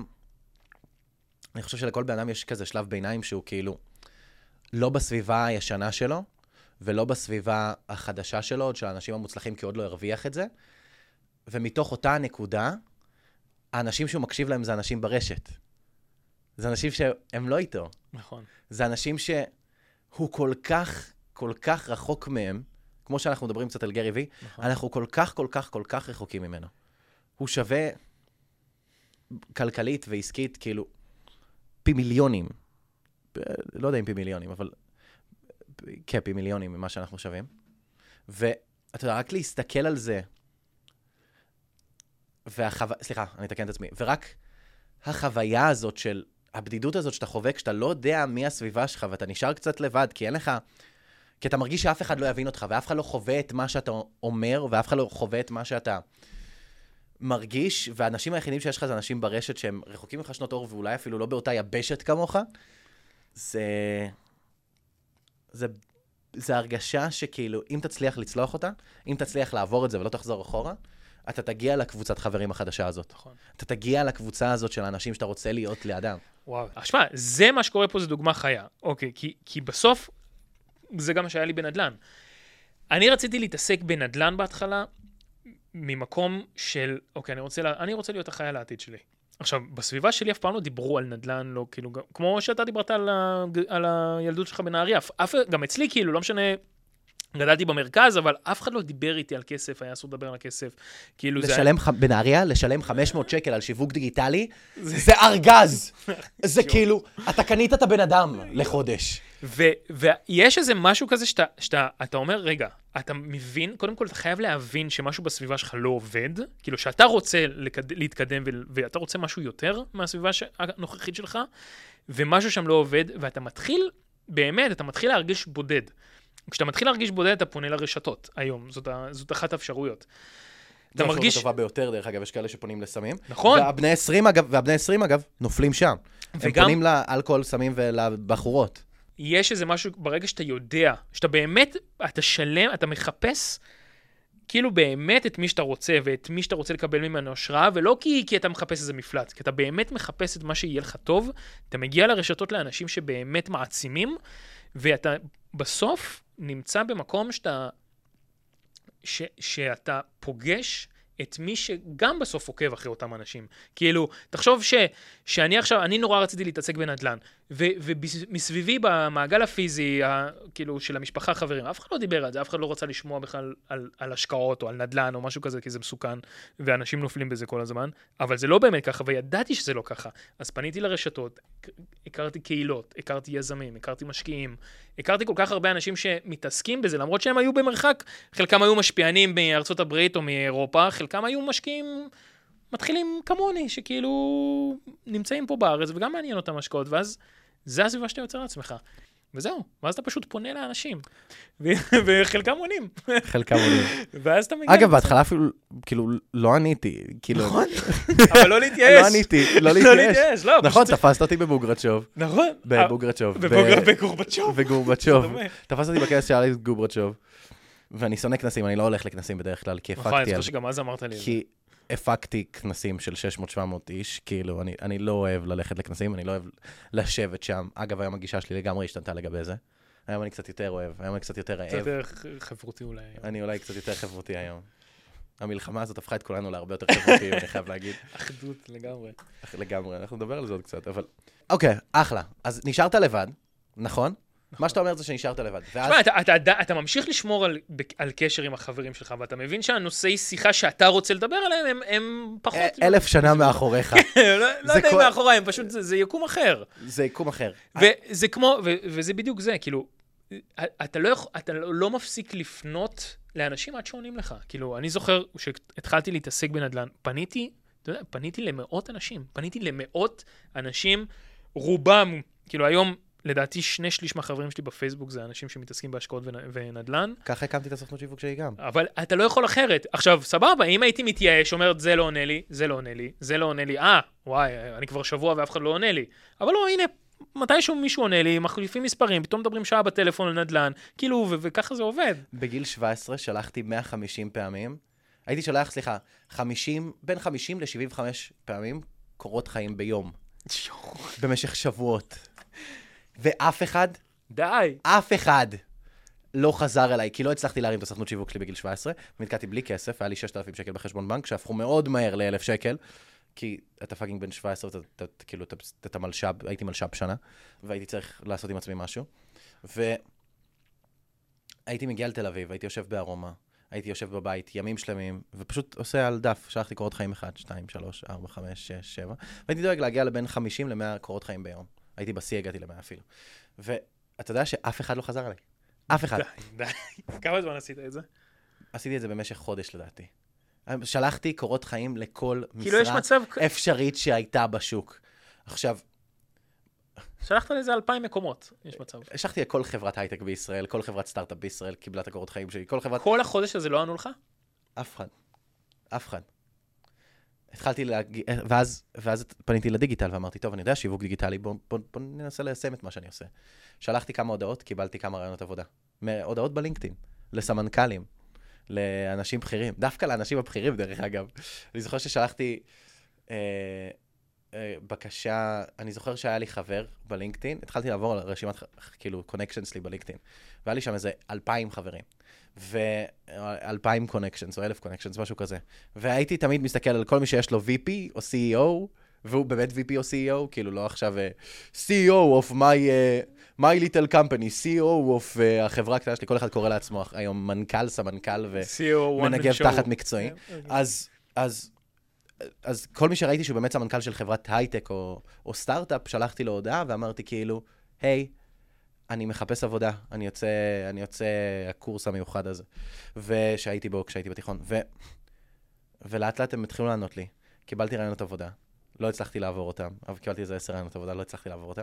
בן אדם יש כזה שלב ביניים שהוא כאילו, לא בסביבה הישנה שלו, ולא בסביבה החדשה שלו, עוד של האנשים המוצלחים, כי עוד לא הרוויח את זה. ומתוך אותה נקודה, האנשים שהוא מקשיב להם זה אנשים ברשת. זה אנשים שהם לא איתו. נכון. זה אנשים שהוא כל כך רחוק מהם, כמו שאנחנו מדברים קצת על גרי וי, נכון. אנחנו כל כך רחוקים ממנו. הוא שווה כלכלית ועסקית, כאילו, פי מיליונים. לא יודע אם פי מיליונים, אבל כן, פי מיליונים ממה שאנחנו שווים. ואתה יודע, רק להסתכל על זה, סליחה, אני אתקן את עצמי, ורק החוויה הזאת של, הבדידות הזאת שאתה חווה, כשאתה לא יודע מי הסביבה שלך, ואתה נשאר קצת לבד, כי אין לך, כי אתה מרגיש שאף אחד לא יבין אותך, ואף אחד לא חווה את מה שאתה אומר, ואף אחד לא חווה את מה שאתה מרגיש, והאנשים היחידים שיש לך זה אנשים ברשת שהם רחוקים ממך שנות אור, ואולי אפילו לא באותה יבשת כמוך, זה הרגשה שכאילו, אם תצליח לצלוח אותה, אם תצליח לעבור את זה ולא תחזור אחורה, אתה תגיע לקבוצת חברים החדשה הזאת. נכון. אתה תגיע לקבוצה הזאת של האנשים שאתה רוצה להיות לידם. וואו. עכשיו, זה מה שקורה פה, זה דוגמה חיה. אוקיי, כי בסוף, זה גם מה שהיה לי בנדל"ן. אני רציתי להתעסק בנדל"ן בהתחלה, ממקום של, אוקיי, אני רוצה להיות החייל העתיד שלי. עכשיו, בסביבה שלי אף פעם לא דיברו על נדל"ן, לא, כאילו, כמו שאתה דיברת על הילדות שלך בנהריה, גם אצלי, כאילו, לא משנה, גדלתי במרכז, אבל אף אחד לא דיבר איתי על כסף, היה אסור לדבר על הכסף. כאילו בנהריה, לשלם 500 שקל על שיווק דיגיטלי, זה ארגז. זה כאילו, אתה קנית את הבן אדם לחודש. ויש איזה משהו כזה שאתה אומר, רגע, אתה מבין, קודם כל אתה חייב להבין שמשהו בסביבה שלך לא עובד, כאילו שאתה רוצה להתקדם ואתה רוצה משהו יותר מהסביבה הנוכחית שלך, ומשהו שם לא עובד, ואתה מתחיל, באמת, אתה מתחיל להרגיש בודד. כשאתה מתחיל להרגיש בודד, אתה פונה לרשתות היום, זאת אחת האפשרויות. זו האפשרות הטובה ביותר, דרך אגב, יש כאלה שפונים לסמים. נכון. והבני 20 אגב, נופלים שם. הם פונים לאלכוהול, סמים ולבחורות. יש איזה משהו, ברגע שאתה יודע, שאתה באמת, אתה שלם, אתה מחפש, כאילו באמת את מי שאתה רוצה, ואת מי שאתה רוצה לקבל ממנו השראה, ולא כי אתה מחפש איזה מפלט, כי אתה באמת מחפש את מה שיהיה לך טוב, אתה מגיע לרשתות לאנשים שבאמת מעצימים, ואתה בסוף נמצא במקום שאתה פוגש את מי שגם בסוף עוקב אחרי אותם אנשים. כאילו, תחשוב שאני עכשיו, אני נורא רציתי להתעסק בנדל"ן, ומסביבי במעגל הפיזי, כאילו, של המשפחה חברים, אף אחד לא דיבר על זה, אף אחד לא רצה לשמוע בכלל על השקעות או על נדל"ן או משהו כזה, כי זה מסוכן, ואנשים נופלים בזה כל הזמן, אבל זה לא באמת ככה, וידעתי שזה לא ככה. אז פניתי לרשתות, הכרתי קהילות, הכרתי יזמים, הכרתי משקיעים, הכרתי כל כך הרבה אנשים שמתעסקים בזה, למרות שהם היו במרחק, חלקם היו משפיענים מארצות הברית או מאירופה, חלקם היו משקיעים מתחילים כמוני, שכאילו נמצאים פה בארץ, וגם מעניין אותם השקעות, ואז זה הסביבה שאתה יוצר לעצמך. וזהו, ואז אתה פשוט פונה לאנשים, וחלקם עונים. חלקם עונים. ואז אתה מגיע. אגב, בהתחלה אפילו, כאילו, לא עניתי. נכון, אבל לא להתייאש. לא עניתי, לא להתייאש. נכון, תפסת אותי בבוגרצ'וב. נכון. בבוגרצ'וב. בגורבצ'וב. תפסת אותי בכנס שהיה לי גורבצ'וב. ואני שונא כנסים, אני לא הולך לכנסים בדרך כלל, כי הפקתי נכון, אני חושב שגם אז אמרת לי. כי הפקתי כנסים של 600-700 איש, כאילו, אני לא אוהב ללכת לכנסים, אני לא אוהב לשבת שם. אגב, היום הגישה שלי לגמרי השתנתה לגבי זה. היום אני קצת יותר אוהב, היום אני קצת יותר רעב. קצת יותר חברותי אולי. אני אולי קצת יותר חברותי היום. המלחמה הזאת הפכה את כולנו להרבה יותר חברותי, אני חייב להגיד. אחדות לגמרי. לגמרי, אנחנו נדבר על זה עוד קצת, אבל... אוקיי, אחלה. אז נשארת לבד, נכון? מה שאתה אומר זה שנשארת לבד. תשמע, אתה ממשיך לשמור על קשר עם החברים שלך, ואתה מבין שהנושאי שיחה שאתה רוצה לדבר עליהם, הם פחות... 1000 שנה מאחוריך. לא יודע אם מאחוריהם, פשוט זה יקום אחר. זה יקום אחר. וזה כמו, וזה בדיוק זה, כאילו, אתה לא מפסיק לפנות לאנשים עד שעונים לך. כאילו, אני זוכר שהתחלתי להתעסק בנדל"ן, פניתי למאות אנשים, רובם, כאילו היום, לדעתי 2/3 מהחברים שלי בפייסבוק זה אנשים שמתעסקים בהשקעות ונדל"ן. ככה הקמתי את הסוכנות שיווק שלי גם. אבל אתה לא יכול אחרת. עכשיו, סבבה, אם הייתי מתייאש, אומרת, זה לא עונה לי, זה לא עונה לי, זה לא עונה לי, וואי, אני כבר שבוע ואף אחד לא עונה לי. אבל לא, הנה, מתישהו מישהו עונה לי, מחליפים מספרים, פתאום מדברים שעה בטלפון על נדל"ן, כאילו, וככה זה עובד. בגיל 17 שלחתי 150 פעמים, הייתי שולח, סליחה, בין 50 ל-75 פעמים קורות חיים ביום. במשך שבועות. ואף אחד, אף אחד לא חזר אליי, כי לא הצלחתי להרים את הסוכנות שיווק שלי בגיל 17, ונתקעתי בלי כסף, היה לי 6,000 שקל בחשבון בנק, שהפכו מאוד מהר ל1,000 שקל, כי אתה פאקינג בן 17, כאילו, אתה מלשב, הייתי מלשב שנה, והייתי צריך לעשות עם עצמי משהו, והייתי מגיע לתל אביב, הייתי יושב בארומה, הייתי יושב בבית, ימים שלמים, ופשוט עושה על דף, שלחתי קורות חיים 1, 2, 3, 4, 5, 6, 7, והייתי דואג להגיע לבין 50 ל-100 קורות חיים ביום. הייתי בשיא, הגעתי ל100 אפילו. ואתה יודע שאף אחד לא חזר עליי. אף אחד. די. כמה זמן עשית את זה? עשיתי את זה במשך חודש, לדעתי. שלחתי קורות חיים לכל כאילו יש משרה מצב... אפשרית שהייתה בשוק. עכשיו... שלחת לזה 2,000 מקומות, יש מצב. שלחתי לכל חברת הייטק בישראל, כל חברת סטארט-אפ בישראל קיבלה את הקורות חיים שלי, כל חברת... כל החודש הזה לא ענו לך? אף אחד. אף אחד. התחלתי להגיד, ואז פניתי לדיגיטל ואמרתי, טוב, אני יודע שיווק דיגיטלי, בוא ננסה ליישם את מה שאני עושה. שלחתי כמה הודעות, קיבלתי כמה רעיונות עבודה. הודעות בלינקדאין, לסמנכ"לים, לאנשים בכירים, דווקא לאנשים הבכירים, דרך אגב. אני זוכר ששלחתי בקשה, אני זוכר שהיה לי חבר בלינקדאין, התחלתי לעבור על רשימת, כאילו, קונקשנס לי בלינקדאין, והיה לי שם איזה 2,000 חברים, ו2,000 קונקשנס, או 1,000 קונקשנס, משהו כזה. והייתי תמיד מסתכל על כל מי שיש לו VP או CEO, והוא באמת VP או CEO, כאילו לא עכשיו CEO of my little company, CEO of החברה הקטנה שלי, כל אחד קורא לעצמו היום מנכ"ל, סמנכ"ל ומנגב תחת מקצועי. אז כל מי שראיתי שהוא באמת סמנכ"ל של חברת הייטק או סטארט-אפ, שלחתי לו הודעה ואמרתי כאילו, היי, אני מחפש עבודה, אני יוצא הקורס המיוחד הזה, ושהייתי בו כשהייתי בתיכון, ולאט לאט הם התחילו לענות לי, קיבלתי רעיונות עבודה, לא הצלחתי לעבור אותם, אבל קיבלתי איזה 10 רעיונות עבודה, לא הצלחתי לעבור אותם,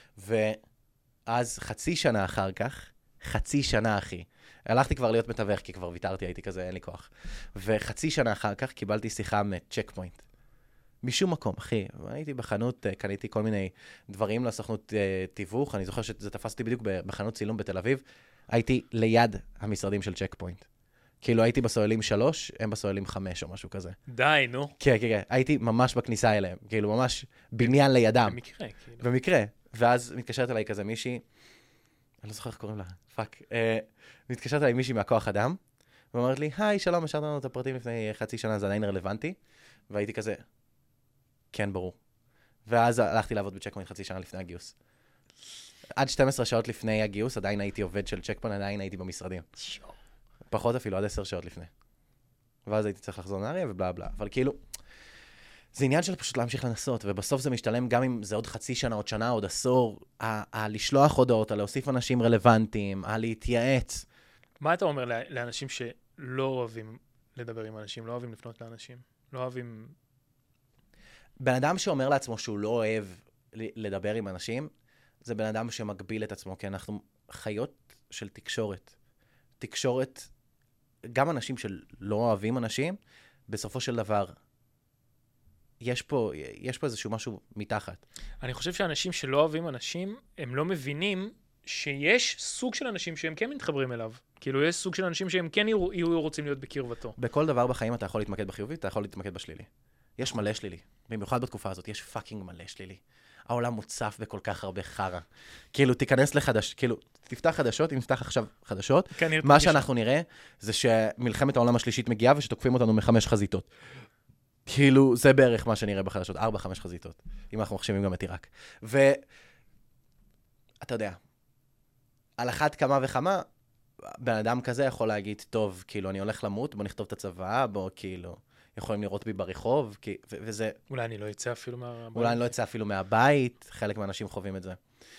ואז חצ'י שנה אחר כך, חצי שנה אחי, הלכתי כבר להיות מתווך, כי כבר ויתרתי, הייתי כזה, אין לי כוח, וחצי שנה אחר כך קיבלתי שיחה מצ'ק פוינט, משום מקום, אחי, הייתי בחנות, קניתי כל מיני דברים לסוכנות תיווך, אני זוכר שזה תפס אותי בדיוק בחנות צילום בתל אביב, הייתי ליד המשרדים של צ'ק פוינט. כאילו הייתי בסוללים 3, הם בסוללים 5 או משהו כזה. די, נו. כן, כן, כן, הייתי ממש בכניסה אליהם, כאילו ממש בניין לידם. במקרה, כאילו. במקרה. ואז מתקשרת אליי כזה מישהי, אני לא זוכר איך קוראים לה, פאק. מתקשרת אליי מישהי מהכוח אדם, ואומרת לי, היי, שלום, השארת לנו את הפרטים לפני חצי שנה, זה עדיין רלוונטי. והייתי כזה, כן, ברור. ואז הלכתי לעבוד בצ'ק פוינט חצי שנה לפני הגיוס. עד 12 שעות לפני הגיוס, עדיין הייתי עובד של צ'ק פוינט, עדיין הייתי במשרדים. פחות אפילו, עד 10 שעות לפני. ואז הייתי צריך לחזור נהריה ובלה בלה. אבל כאילו, זה עניין של פשוט להמשיך לנסות, ובסוף זה משתלם גם אם זה עוד חצי שנה, עוד שנה, עוד עשור, לשלוח הודעות, להוסיף אנשים רלוונטיים, להתייעץ. מה אתה אומר לאנשים שלא אוהבים לדבר עם אנשים, לא אוהבים לפנות לאנשים, לא אוהבים... בן אדם שאומר לעצמו שהוא לא אוהב לדבר עם אנשים, זה בן אדם שמגביל את עצמו, כי אנחנו חיות של תקשורת. תקשורת, גם אנשים שלא אוהבים אנשים, בסופו של דבר, יש פה איזשהו משהו מתחת. אני חושב שאנשים שלא אוהבים אנשים, הם לא מבינים שיש סוג של אנשים שהם כן מתחברים אליו. כאילו, יש סוג של אנשים שהם כן יהיו רוצים להיות בקרבתו. בכל דבר בחיים אתה יכול להתמקד בחיובי, אתה יכול להתמקד בשלילי. יש מלא שלילי. במיוחד בתקופה הזאת, יש פאקינג מלא שלילי. העולם מוצף בכל כך הרבה חרה. כאילו, תיכנס כאילו, תפתח חדשות, אם תפתח עכשיו חדשות, מה שאנחנו נראה זה שמלחמת העולם השלישית מגיעה ושתוקפים אותנו מ5 חזיתות. כאילו, זה בערך מה שנראה בחדשות, 4-5 חזיתות, אם אנחנו מחשיבים גם את עיראק. ואתה יודע, על אחת כמה וכמה, בן אדם כזה יכול להגיד, טוב, כאילו, אני הולך למות, בוא נכתוב את הצבא, בוא, כאילו, יכולים לראות בי ברחוב, וזה... אולי אני לא יצא אפילו מהבית. אולי אני לא יצא אפילו מהבית, חלק מהאנשים חווים את זה.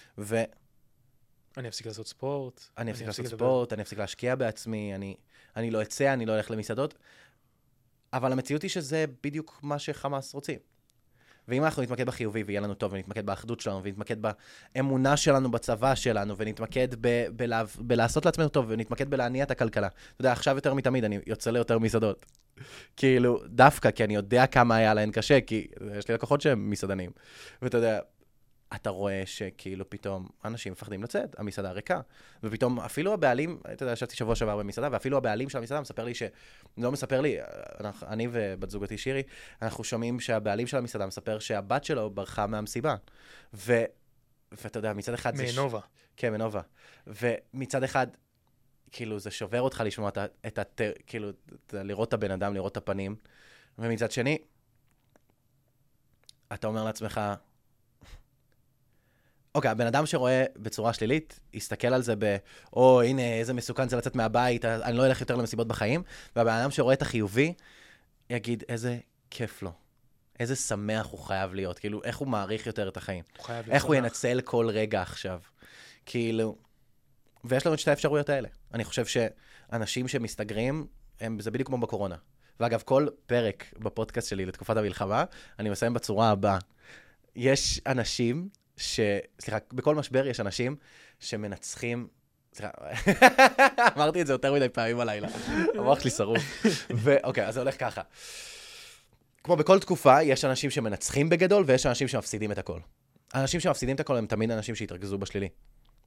אני אפסיק לעשות ספורט. אני אפסיק להשקיע בעצמי, אני לא אצא, אני לא הולך למסעדות. אבל המציאות היא שזה בדיוק מה שחמאס רוצים. ואם אנחנו נתמקד בחיובי ויהיה לנו טוב, ונתמקד באחדות שלנו, ונתמקד באמונה שלנו בצבא שלנו, ונתמקד בלעשות לעצמנו טוב, ונתמקד בלהניע את הכלכלה. אתה יודע, עכשיו יותר מתמיד, אני יוצא ליותר מסעדות. כאילו, דווקא, כי אני יודע כמה היה להן קשה, כי יש לי לקוחות שהם מסעדנים. ואתה יודע, אתה רואה שכאילו פתאום אנשים מפחדים לצאת, המסעדה ריקה, ופתאום אפילו הבעלים, אתה יודע, ישבתי שבוע שעבר במסעדה, ואפילו הבעלים של המסעדה מספר לי לא מספר לי, אני ובת זוגתי שירי, אנחנו שומעים שהבעלים של המסעדה מספר שהבת שלו ברחה מהמסיבה, ואתה יודע, מצד אחד מנובה. כן, מנובה. ומצד אחד, כאילו, זה שובר אותך לשמוע כאילו, לראות את הבן אדם, לראות את הפנים, ומצד שני, אתה אומר לעצמך, אוקיי, הבן אדם שרואה בצורה שלילית, יסתכל על זה הנה, איזה מסוכן זה לצאת מהבית, אני לא אלך יותר למסיבות בחיים, והבן אדם שרואה את החיובי, יגיד, איזה כיף לו. איזה שמח הוא חייב להיות, כאילו, איך הוא מעריך יותר את החיים. איך הוא ינצל כל רגע עכשיו. כאילו, ויש לנו את שתי האפשרויות האלה. אני חושב שאנשים שמסתגרים, זה בדיוק כמו בקורונה. ואגב, כל פרק בפודקאסט שלי לתקופת המלחמה, אני מסיים בצורה הבאה. יש אנשים סליחה, בכל משבר יש אנשים שמנצחים, סליחה, אמרתי את זה יותר מדי פעמים הלילה, המוח שלי שרוף. ואוקיי, אז זה הולך ככה. כמו בכל תקופה, יש אנשים שמנצחים בגדול, ויש אנשים שמפסידים את הכל. האנשים שמפסידים את הכל הם תמיד אנשים שהתרכזו בשלילי.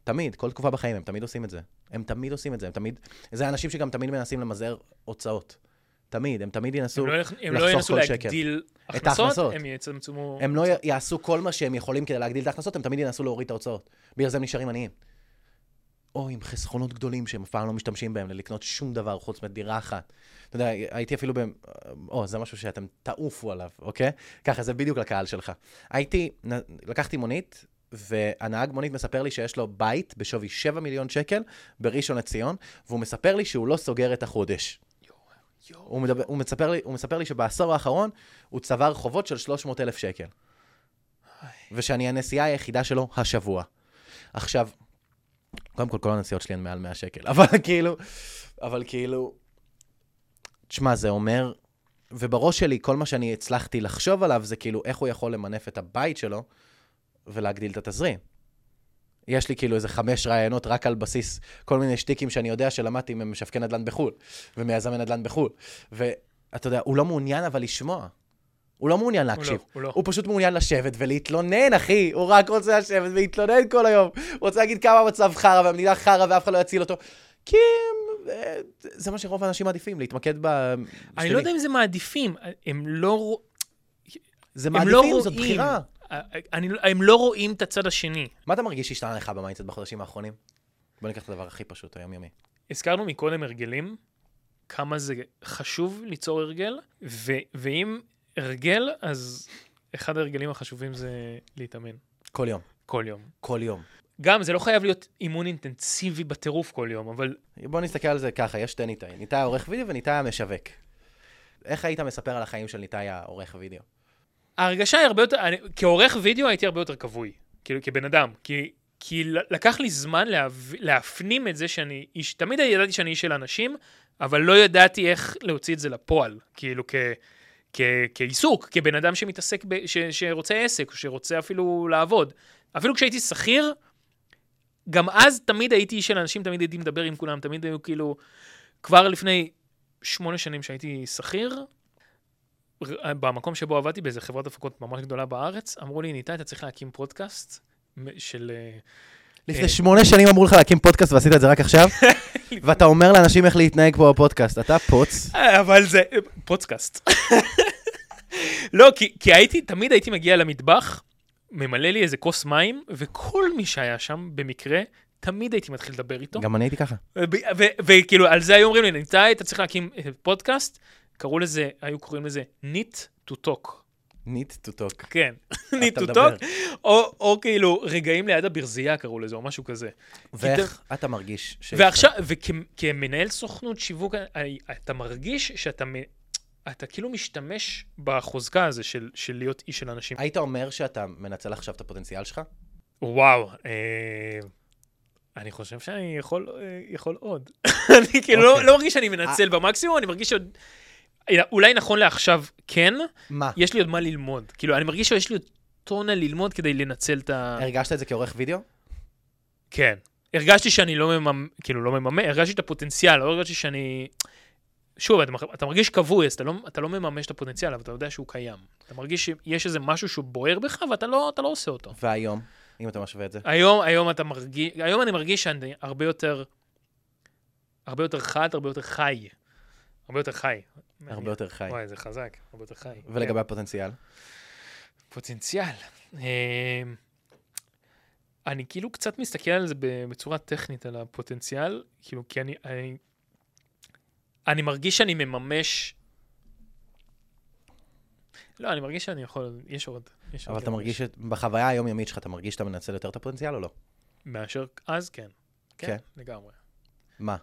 תמיד, כל תקופה בחיים, הם תמיד עושים את זה. הם תמיד עושים את זה, זה אנשים שגם תמיד מנסים למזער הוצאות. תמיד, הם תמיד ינסו הם לא ינסו כל שקל. להגדיל את ההכנסות. הם יצמצמו... הם לא יעשו כל מה שהם יכולים כדי להגדיל את ההכנסות, הם תמיד ינסו להוריד את ההוצאות. בגלל זה הם נשארים עניים. או עם חסכונות גדולים שהם אף פעם לא משתמשים בהם, לקנות שום דבר חוץ מדירה אחת. אתה יודע, הייתי אפילו זה משהו שאתם תעופו עליו, אוקיי? ככה, זה בדיוק לקהל שלך. לקחתי מונית, והנהג מונית מספר לי שיש לו בית בשווי 7 מיליון שקל בראשון לציון, והוא מספר לי שהוא לא סוגר את החודש. הוא מספר לי שבעשור האחרון הוא צבר חובות של 300,000 שקל. ושאני הנסיעה היחידה שלו השבוע. עכשיו, קודם כל הנסיעות שלי הן מעל 100 שקל, אבל כאילו, תשמע, זה אומר, ובראש שלי כל מה שאני הצלחתי לחשוב עליו זה כאילו איך הוא יכול למנף את הבית שלו ולהגדיל את התזרים. יש לי כאילו איזה 5 רעיונות רק על בסיס כל מיני שטיקים שאני יודע שלמדתי ממשווקי נדל"ן בחול, ומייזמי נדל"ן בחול. ואתה יודע, הוא לא מעוניין אבל לשמוע. הוא לא מעוניין להקשיב. הוא פשוט מעוניין לשבת ולהתלונן, אחי. הוא רק רוצה לשבת ולהתלונן כל היום. הוא רוצה להגיד כמה מצב חרה, והמדינה חרה, ואף אחד לא יציל אותו. כי זה מה שרוב האנשים מעדיפים, להתמקד בשלילי. אני לא יודע אם זה מעדיפים. זה מעדיפים, זאת בחירה. הם לא רואים את הצד השני. מה אתה מרגיש שהשתנה לך במיינדסט בחודשים האחרונים? בוא ניקח את הדבר הכי פשוט, היומיומי. הזכרנו מקודם הרגלים, כמה זה חשוב ליצור הרגל, ואם הרגל, אז אחד ההרגלים החשובים זה להתאמן. כל יום. כל יום. כל יום. גם, זה לא חייב להיות אימון אינטנסיבי בטירוף כל יום, אבל... בוא נסתכל על זה ככה, יש 2 ניתאי. ניתאי העורך וידאו וניתאי המשווק. איך היית מספר על החיים של ניתאי העורך וידאו? ההרגשה היא הרבה יותר... כעורך וידאו הייתי הרבה יותר כבוי, כאילו כבן אדם, כי לקח לי זמן להפנים את זה שאני איש... תמיד ידעתי שאני איש של אנשים, אבל לא ידעתי איך להוציא את זה לפועל, כאילו כעיסוק, כבן אדם שמתעסק, שרוצה עסק, או שרוצה אפילו לעבוד. אפילו כשהייתי שכיר, גם אז תמיד הייתי איש של אנשים, תמיד הייתי מדבר עם כולם, תמיד היו כאילו, כבר לפני 8 שנים שהייתי שכיר, במקום שבו עבדתי, באיזה חברת הפקות ממש גדולה בארץ, אמרו לי, ניתאי, אתה צריך להקים פודקאסט של... לפני 8 שנים אמרו לך להקים פודקאסט ועשית את זה רק עכשיו, ואתה אומר לאנשים איך להתנהג פה בפודקאסט. אתה פוץ. אבל זה... פודקאסט. לא, כי תמיד הייתי מגיע למטבח, ממלא לי איזה כוס מים, וכל מי שהיה שם, במקרה, תמיד הייתי מתחיל לדבר איתו. גם אני הייתי ככה. וכאילו, על זה היו אומרים לי, ניתאי, אתה צריך להקים פודקאסט, היו קוראים לזה Need to Talk. Need to Talk. כן, Need to Talk, או כאילו רגעים ליד הברזייה קראו לזה, או משהו כזה. ואיך אתה מרגיש? ועכשיו, וכמנהל סוכנות שיווק, אתה מרגיש אתה כאילו משתמש בחוזקה הזה של להיות איש של אנשים. היית אומר שאתה מנצל עכשיו את הפוטנציאל שלך? וואו, אני חושב שאני יכול עוד. אני כאילו לא מרגיש שאני מנצל במקסימום, אני מרגיש שעוד... אולי נכון לעכשיו כן. מה? יש לי עוד מה ללמוד. כאילו, אני מרגיש שיש לי עוד טונה ללמוד כדי לנצל את ה... הרגשת את זה כעורך וידאו? כן. הרגשתי שאני לא מממש, הרגשתי את הפוטנציאל, לא הרגשתי שאני... שוב, אתה מרגיש כבוי, אז אתה לא מממש את הפוטנציאל, אבל אתה יודע שהוא קיים. אתה מרגיש שיש איזה משהו שהוא בוער בך, ואתה לא עושה אותו. והיום, אם אתה משווה את זה? היום אני מרגיש שאני הרבה יותר חד, הרבה יותר חי. הרבה יותר חי. הרבה יותר חי. וואי, זה חזק, הרבה יותר חי. ולגבי הפוטנציאל? פוטנציאל. אני כאילו קצת מסתכל על זה בצורה טכנית, על הפוטנציאל, כאילו, כי אני מרגיש שאני מממש... לא, אני מרגיש שאני יכול... יש עוד. אבל אתה מרגיש בחוויה היומיומית שלך, אתה מרגיש שאתה מנצל יותר את הפוטנציאל או לא? מאשר אז, כן. כן, לגמרי. מה?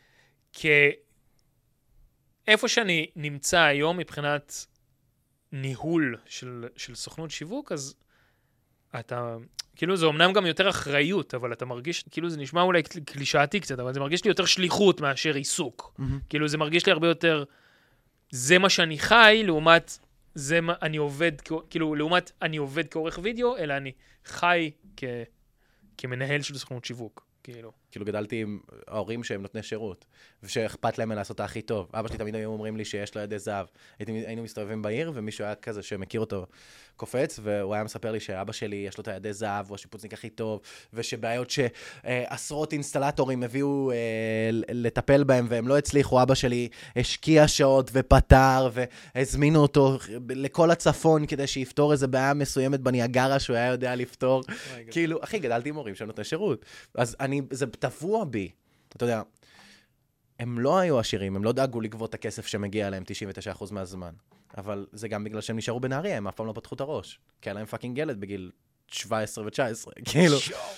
איפה שאני נמצא היום מבחינת ניהול של סוכנות שיווק, אז אתה... כאילו זה אומנם גם יותר אחריות, אבל אתה מרגיש, כאילו זה נשמע אולי קלישאתי קצת, אבל זה מרגיש לי יותר שליחות מאשר עיסוק. כאילו זה מרגיש לי הרבה יותר, זה מה שאני חי, לעומת זה מה אני עובד, כאילו לעומת אני עובד כעורך וידאו, אלא אני חי כמנהל של סוכנות שיווק, כאילו. כאילו גדלתי עם ההורים שהם נותני שירות, ושאכפת להם לעשות את הכי טוב. אבא שלי תמיד היו אומרים לי שיש לו ידי זהב. היינו מסתובבים בעיר, ומישהו היה כזה שמכיר אותו קופץ, והוא היה מספר לי שאבא שלי יש לו את הידי זהב, הוא השיפוצניק הכי טוב, ושבעיות שעשרות אינסטלטורים הביאו לטפל בהם, והם לא הצליחו, אבא שלי השקיע שעות ופתר, והזמינו אותו לכל הצפון, כדי שיפתור איזה בעיה מסוימת בניאגרה שהוא היה יודע לפתור. כאילו, אחי, גדלתי עם הורים שהם נותני שירות. אז זה טבוע בי. אתה יודע, הם לא היו עשירים, הם לא דאגו לגבות את הכסף שמגיע להם 99% מהזמן. אבל זה גם בגלל שהם נשארו בנהריה, הם אף פעם לא פתחו את הראש. כי היה להם פאקינג ילד בגיל 17 ו-19. כאילו,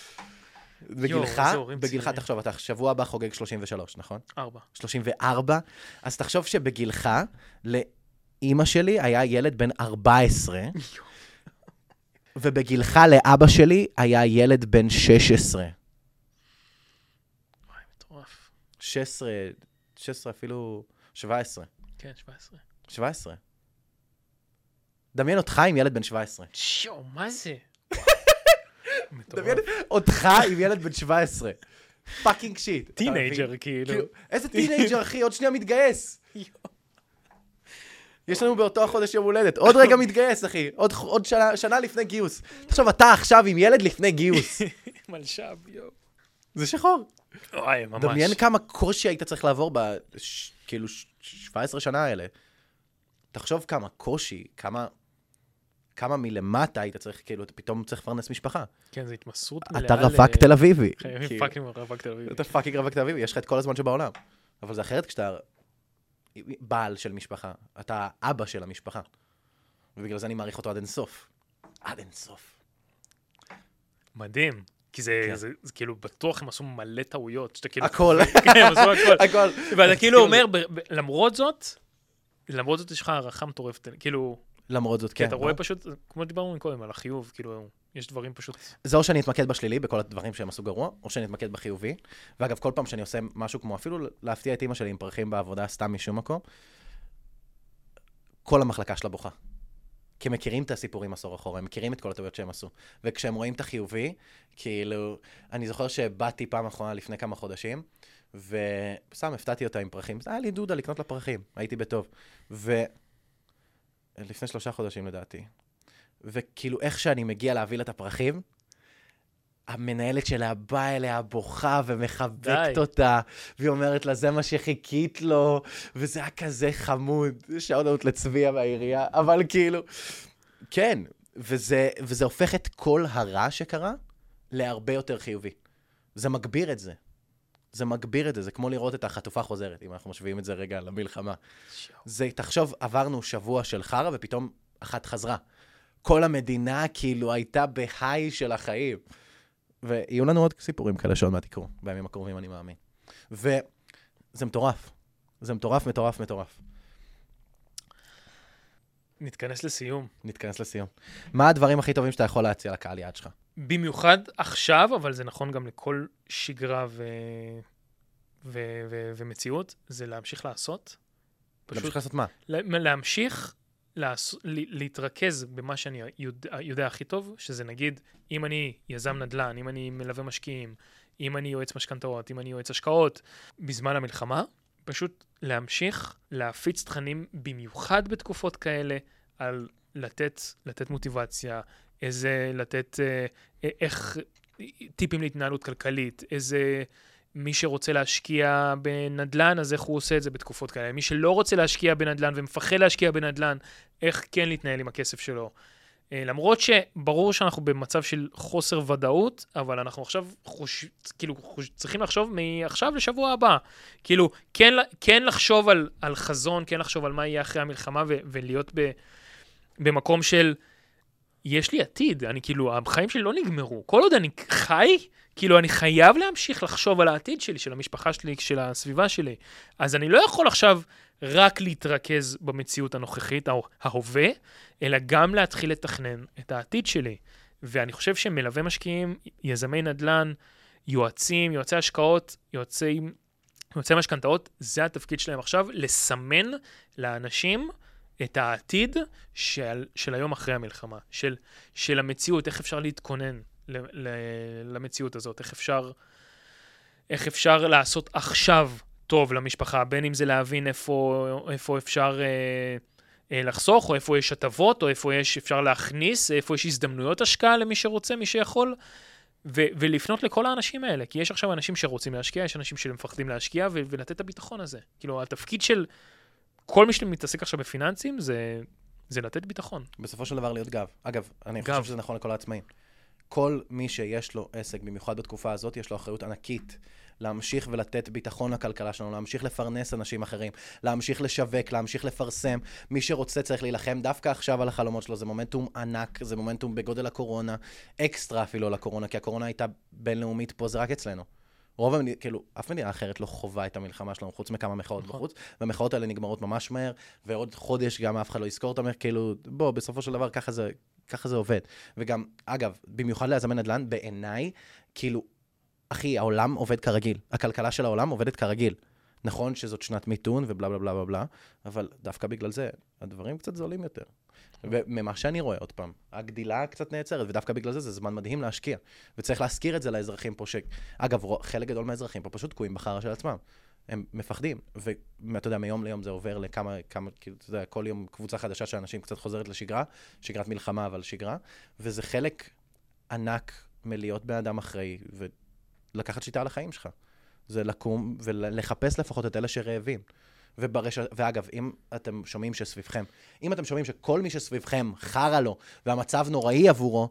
בגילך, תחשוב, אתה שבוע הבא חוגג 33, נכון? 4. 34? אז תחשוב שבגילך, לאמא שלי היה ילד בן 14, ובגילך לאבא שלי היה ילד בן 16. וואי, מטורף. 16 אפילו 17. כן, 17. 17. דמיין אותך עם ילד בן 17. מה זה? דמיין אותך עם ילד בן 17. פאקינג שיט. טינאג'ר, כאילו. איזה טינאג'ר, אחי? עוד שנייה מתגייס. יש לנו באותו החודש יום הולדת. עוד רגע מתגייס, אחי. עוד שנה לפני גיוס. תחשוב, אתה עכשיו עם ילד לפני גיוס. מלשב, יו. זה שחור. אוי, ממש. דמיין כמה קושי היית צריך לעבור כאילו 17 שנה האלה. תחשוב כמה קושי, כמה מלמטה היית צריך, כאילו, אתה פתאום צריך לפרנס משפחה. כן, זו התמסרות מלאה. אתה רווק תל אביבי. פאקינג רווק תל אביבי. אתה פאקינג רווק תל אביבי, יש לך את כל הזמן שבעולם. אבל זה אחרת כשאתה בעל של משפחה. אתה אבא של המשפחה. ובגלל זה אני מעריך אותו עד אינסוף. עד אינסוף. מדהים. כי זה כאילו, בטוח הם עשו מלא טעויות. הכל. כן, הם עשו הכל. הכל. ואתה כאילו אומר, למרות זאת יש לך הערכה מטורפת. כאילו... למרות זאת, כן. אתה רואה פשוט, כמו דיברנו קודם, על החיוב, כאילו, יש דברים פשוט... זה או שאני אתמקד בשלילי, בכל הדברים שהם עשו גרוע, או שאני אתמקד בחיובי. ואגב, כל פעם שאני עושה משהו כמו אפילו להפתיע את אמא שלי עם פרחים בעבודה, סתם משום מקום, כל המחלקה שלה בוכה. כי הם מכירים את הסיפורים עשור אחורה, הם מכירים את כל הטעויות שהם עשו. וכשהם רואים את החיובי, כאילו, אני זוכר שבאתי פעם אחרונה לפני כמה חודשים, וסתם הפתעתי אותה עם פרחים. היה לי דודה לקנות לה פרחים, הייתי בטוב. לפני 3 חודשים לדעתי. וכאילו איך שאני מגיע להביא לה את הפרחים, המנהלת שלה באה אליה בוכה ומחבקת אותה, והיא אומרת לה, זה מה שחיכית לו, וזה היה כזה חמוד, שעודות לצביע בעירייה, אבל כאילו, כן, וזה הופך את כל הרע שקרה להרבה יותר חיובי. זה מגביר את זה. זה כמו לראות את החטופה חוזרת, אם אנחנו משווים את זה רגע למלחמה. זה, תחשוב, עברנו שבוע של חרה, ופתאום אחת חזרה. כל המדינה כאילו הייתה בהיי של החיים. ויהיו לנו עוד סיפורים כאלה שעוד מעט יקרו, בימים הקרובים אני מאמין. וזה מטורף. זה מטורף, מטורף, מטורף. נתכנס לסיום. מה הדברים הכי טובים שאתה יכול להציע לקהל יעד שלך? במיוחד עכשיו, אבל זה נכון גם לכל שגרה ומציאות, זה להמשיך לעשות. להמשיך לעשות מה? להמשיך להתרכז במה שאני יודע הכי טוב, שזה נגיד, אם אני יזם נדל"ן, אם אני מלווה משקיעים, אם אני יועץ משכנתאות, אם אני יועץ השקעות, בזמן המלחמה, פשוט להמשיך להפיץ תכנים במיוחד בתקופות כאלה, על לתת מוטיבציה, איך טיפים להתנהלות כלכלית, מי שרוצה להשקיע בנדלן, אז איך הוא עושה את זה בתקופות כאלה. מי שלא רוצה להשקיע בנדלן ומפחד להשקיע בנדלן, איך כן להתנהל עם הכסף שלו. למרות שברור שאנחנו במצב של חוסר ודאות, אבל אנחנו עכשיו צריכים לחשוב מעכשיו לשבוע הבא. כאילו, כן לחשוב על חזון, כן לחשוב על מה יהיה אחרי המלחמה, ולהיות במקום של, יש לי עתיד, החיים שלי לא נגמרו. כל עוד אני חי, כאילו אני חייב להמשיך לחשוב על העתיד שלי, של המשפחה שלי, של הסביבה שלי. אז אני לא יכול עכשיו רק להתרכז במציאות הנוכחית, ההווה, אלא גם להתחיל לתכנן את העתיד שלי. ואני חושב שמלווה משקיעים, יזמי נדל"ן, יועצים, יועצי השקעות, יועצי משכנתאות, זה התפקיד שלהם עכשיו, לסמן לאנשים את העתיד של היום אחרי המלחמה, של המציאות, איך אפשר להתכונן למציאות הזאת, איך אפשר איך אפשר לעשות עכשיו טוב למשפחה, בין אם זה להבין איפה אפשר לחסוך, או איפה יש הטבות, או איפה אפשר להכניס, איפה יש הזדמנויות השקעה למי שרוצה, מי שיכול, ולפנות לכל האנשים האלה, כי יש עכשיו אנשים שרוצים להשקיע, יש אנשים שמפחדים להשקיע, ולתת את הביטחון הזה. כאילו, התפקיד של כל מי שמתעסק עכשיו בפיננסים, זה לתת ביטחון. בסופו של דבר להיות גב. אגב, אני חושב שזה נכון לכל העצמאים. כל מי שיש לו עסק, במיוחד בתקופה הזאת, יש לו אחריות ענקית להמשיך ולתת ביטחון לכלכלה שלנו, להמשיך לפרנס אנשים אחרים, להמשיך לשווק, להמשיך לפרסם. מי שרוצה צריך להילחם דווקא עכשיו על החלומות שלו. זה מומנטום ענק, זה מומנטום בגודל הקורונה, אקסטרה אפילו לקורונה, כי הקורונה הייתה בינלאומית פה, זה רק אצלנו. רוב המדינה, כאילו, אף מדינה אחרת לא חובה את המלחמה שלנו, חוץ מכמה מחאות בחוץ, והמחאות האלה נגמרות ממש מהר, ועוד חודש גם אף אחד לא יזכור אותם, כאילו, בוא, בסופו של דבר, ככה זה עובד. וגם, אגב, במיוחד ליזמי נדל"ן, בעיניי, כאילו, אחי, העולם עובד כרגיל. הכלכלה של העולם עובדת כרגיל. נכון שזאת שנת מיתון ובלה בלה בלה בלה בלה, אבל דווקא בגלל זה, הדברים קצת זולים יותר. וממה שאני רואה עוד פעם, הגדילה קצת נעצרת, ודווקא בגלל זה זמן מדהים להשקיע. וצריך להזכיר את זה לאזרחים פה, אגב, חלק גדול מהאזרחים פה פשוט תקועים בחרה של עצמם. הם מפחדים, ואתה יודע, מיום ליום זה עובר לכמה, כאילו, אתה יודע, כל יום קבוצה חדשה של אנשים קצת חוזרת לשגרה, שגרת מלחמה, אבל שגרה, וזה חלק ענק מלהיות בן אדם אחראי, ולקחת שיטה על החיים שלך. זה לקום ולחפש לפחות את אלה שרעבים. ואגב, אם אתם שומעים שסביבכם, אם אתם שומעים שכל מי שסביבכם חרה לו, והמצב נוראי עבורו,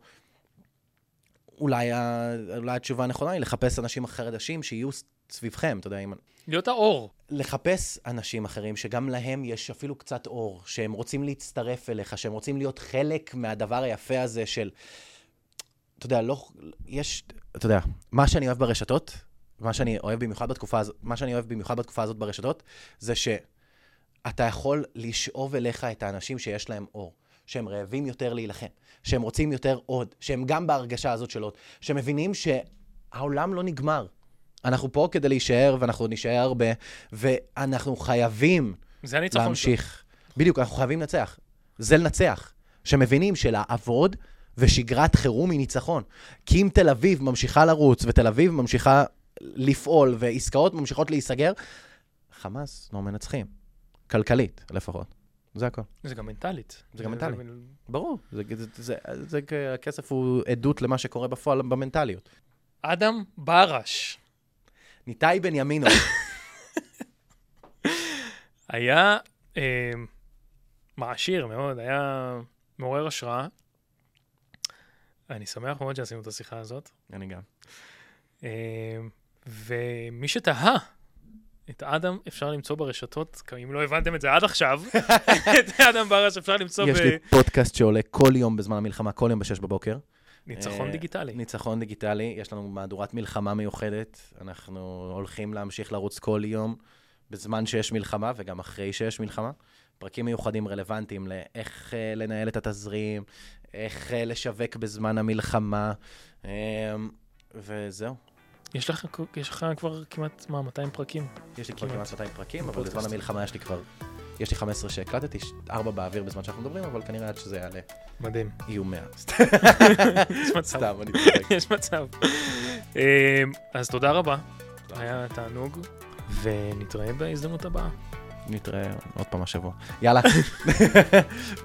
אולי התשובה הנכונה היא לחפש אנשים חדשים שיהיו סביבכם, אתה יודע, להיות האור. לחפש אנשים אחרים שגם להם יש אפילו קצת אור, שהם רוצים להצטרף אליך, שהם רוצים להיות חלק מהדבר היפה הזה של, אתה יודע, לא, יש, אתה יודע, מה שאני אוהב ברשתות, מה שאני אוהב במיוחד בתקופה הזאת ברשתות, זה שאתה יכול לשאוב אליך את האנשים שיש להם אור, שהם רעבים יותר להילחם, שהם רוצים יותר עוד, שהם גם בהרגשה הזאת של עוד, שמבינים שהעולם לא נגמר. אנחנו פה כדי להישאר, ואנחנו נשאר הרבה, ואנחנו חייבים להמשיך. בדיוק, אנחנו חייבים לנצח. זה לנצח. שמבינים שלעבוד ושגרת חירום היא ניצחון. כי אם תל אביב ממשיכה לרוץ, ותל אביב ממשיכה לפעול, ועסקאות ממשיכות להיסגר, חמאס לא מנצחים. כלכלית, לפחות. זה הכל. זה גם מנטלית. זה גם מנטלית. ברור. הכסף הוא עדות למה שקורה בפועל במנטליות. אדם ברש. ניתאי בנימינו. היה מעשיר מאוד, היה מעורר השראה. אני שמח מאוד שעשינו את השיחה הזאת. אני גם. ומי שתהה, את אדם אפשר למצוא ברשתות, אם לא הבנתם את זה עד עכשיו, את אדם ברש אפשר למצוא יש לי פודקאסט שעולה כל יום בזמן המלחמה, כל יום ב-6 בבוקר. ניצחון דיגיטלי. ניצחון דיגיטלי, יש לנו מהדורת מלחמה מיוחדת, אנחנו הולכים להמשיך לרוץ כל יום בזמן שיש מלחמה וגם אחרי שיש מלחמה. פרקים מיוחדים רלוונטיים לאיך לנהל את התזרים, איך לשווק בזמן המלחמה, וזהו. יש לך כבר כמעט 200 פרקים? יש לי כבר כמעט 200 פרקים, אבל בזמן המלחמה יש לי 15 שהקלטתי, 4 באוויר בזמן שאנחנו מדברים, אבל כנראה עד שזה יעלה. מדהים. יהיו 100. יש מצב. סתם, אני צודק. יש מצב. אז תודה רבה. היה תענוג, ונתראה בהזדמנות הבאה. נתראה עוד פעם השבוע. יאללה.